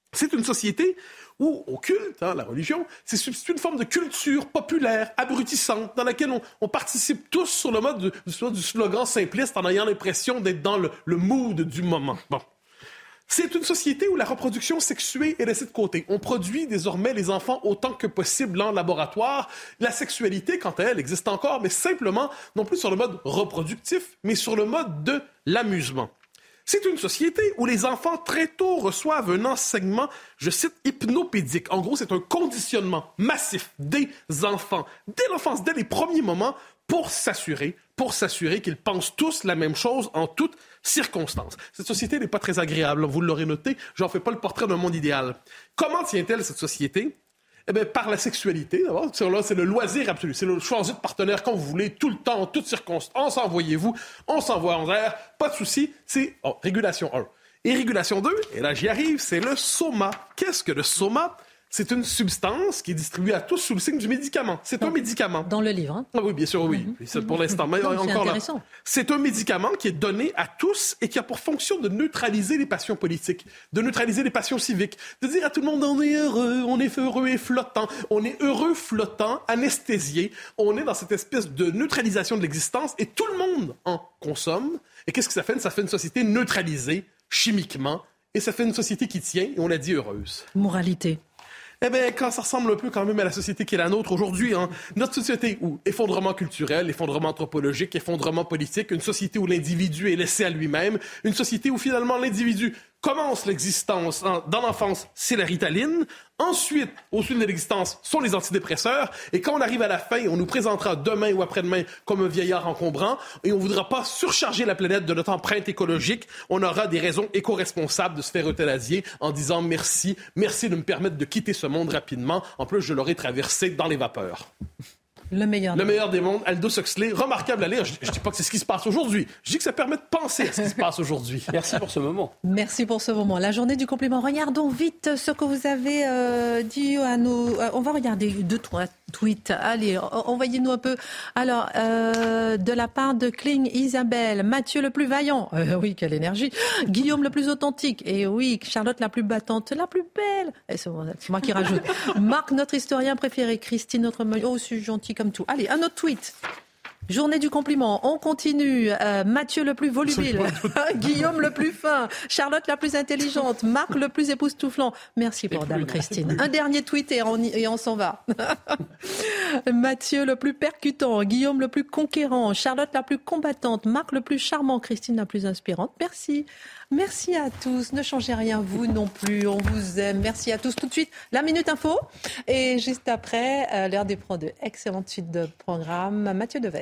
C'est une société où, au culte, hein, la religion, c'est substitué une forme de culture populaire, abrutissante, dans laquelle on, on participe tous sur le mode du, du slogan simpliste en ayant l'impression d'être dans le, le mood du moment. Bon. C'est une société où la reproduction sexuée est laissée de côté. On produit désormais les enfants autant que possible en laboratoire. La sexualité, quant à elle, existe encore, mais simplement, non plus sur le mode reproductif, mais sur le mode de l'amusement. C'est une société où les enfants très tôt reçoivent un enseignement, je cite, hypnopédique. En gros, c'est un conditionnement massif des enfants, dès l'enfance, dès les premiers moments, pour s'assurer, pour s'assurer qu'ils pensent tous la même chose en toutes circonstances. Cette société n'est pas très agréable, vous l'aurez noté, j'en fais pas le portrait d'un monde idéal. Comment tient-elle cette société? Eh bien, par la sexualité, d'abord. Là, c'est le loisir absolu. C'est le choisir de partenaire quand vous voulez, tout le temps, en toutes circonstances. Envoyez-vous, on s'envoie en l'air, pas de souci. C'est oh, régulation un. Et régulation deux, et là j'y arrive, c'est le soma. Qu'est-ce que le soma? C'est une substance qui est distribuée à tous sous le signe du médicament. C'est un médicament. Dans le livre, hein? Ah oui, bien sûr, oui. Mm-hmm. C'est pour l'instant. Mais non, encore c'est là. C'est un médicament qui est donné à tous et qui a pour fonction de neutraliser les passions politiques, de neutraliser les passions civiques, de dire à tout le monde on est heureux, on est heureux et flottant, on est heureux, flottant, anesthésié. On est dans cette espèce de neutralisation de l'existence et tout le monde en consomme. Et qu'est-ce que ça fait? Ça fait une société neutralisée chimiquement et ça fait une société qui tient, et on l'a dit, heureuse. Moralité. Eh bien, quand ça ressemble un peu quand même à la société qui est la nôtre aujourd'hui, hein, notre société où effondrement culturel, effondrement anthropologique, effondrement politique, une société où l'individu est laissé à lui-même, une société où finalement l'individu commence l'existence hein, dans l'enfance, c'est la Ritaline. Ensuite, au sud de l'existence, sont les antidépresseurs. Et quand on arrive à la fin, on nous présentera demain ou après-demain comme un vieillard encombrant. Et on ne voudra pas surcharger la planète de notre empreinte écologique. On aura des raisons éco-responsables de se faire euthanasier en disant merci, merci de me permettre de quitter ce monde rapidement. En plus, je l'aurai traversé dans les vapeurs. Le meilleur, le meilleur des mondes, Aldous Huxley, remarquable à lire. Je ne dis pas que c'est ce qui se passe aujourd'hui. Je dis que ça permet de penser à ce qui se passe aujourd'hui. Merci pour ce moment. Merci pour ce moment. La journée du compliment. Regardons vite ce que vous avez euh, dit à nous. On va regarder deux, trois tweets. Allez, envoyez-nous un peu. Alors, euh, de la part de Kling Isabelle, Mathieu le plus vaillant. Euh, oui, quelle énergie. Guillaume le plus authentique. Et oui, Charlotte la plus battante, la plus belle. Et c'est moi qui rajoute. Marc, notre historien préféré. Christine, notre... Oh, c'est gentil comme tout. Allez, un autre tweet. Journée du compliment, on continue. Euh, Mathieu le plus volubile, Guillaume le plus fin, Charlotte la plus intelligente, Marc le plus époustouflant. Merci pour Dame Christine. Un dernier tweet et on, y, et on s'en va. Mathieu le plus percutant, Guillaume le plus conquérant, Charlotte la plus combattante, Marc le plus charmant, Christine la plus inspirante. Merci. Merci à tous. Ne changez rien, vous non plus. On vous aime. Merci à tous. Tout de suite, la Minute Info. Et juste après, euh, l'heure des pros de excellente suite de programme. Mathieu Devez.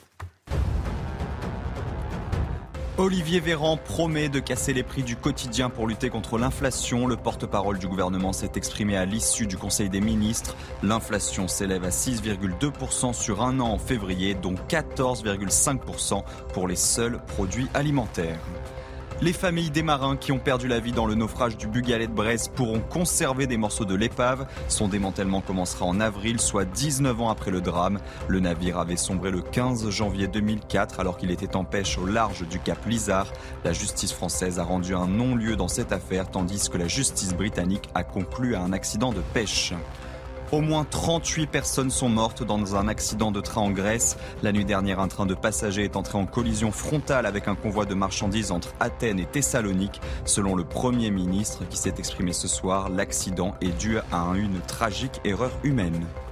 Olivier Véran promet de casser les prix du quotidien pour lutter contre l'inflation. Le porte-parole du gouvernement s'est exprimé à l'issue du Conseil des ministres. L'inflation s'élève à six virgule deux pour cent sur un an en février, dont quatorze virgule cinq pour cent pour les seuls produits alimentaires. Les familles des marins qui ont perdu la vie dans le naufrage du Bugalet de Brest pourront conserver des morceaux de l'épave. Son démantèlement commencera en avril, soit dix-neuf ans après le drame. Le navire avait sombré le quinze janvier deux mille quatre alors qu'il était en pêche au large du cap Lizard. La justice française a rendu un non-lieu dans cette affaire tandis que la justice britannique a conclu à un accident de pêche. Au moins trente-huit personnes sont mortes dans un accident de train en Grèce. La nuit dernière, un train de passagers est entré en collision frontale avec un convoi de marchandises entre Athènes et Thessalonique. Selon le Premier ministre qui s'est exprimé ce soir, l'accident est dû à une tragique erreur humaine.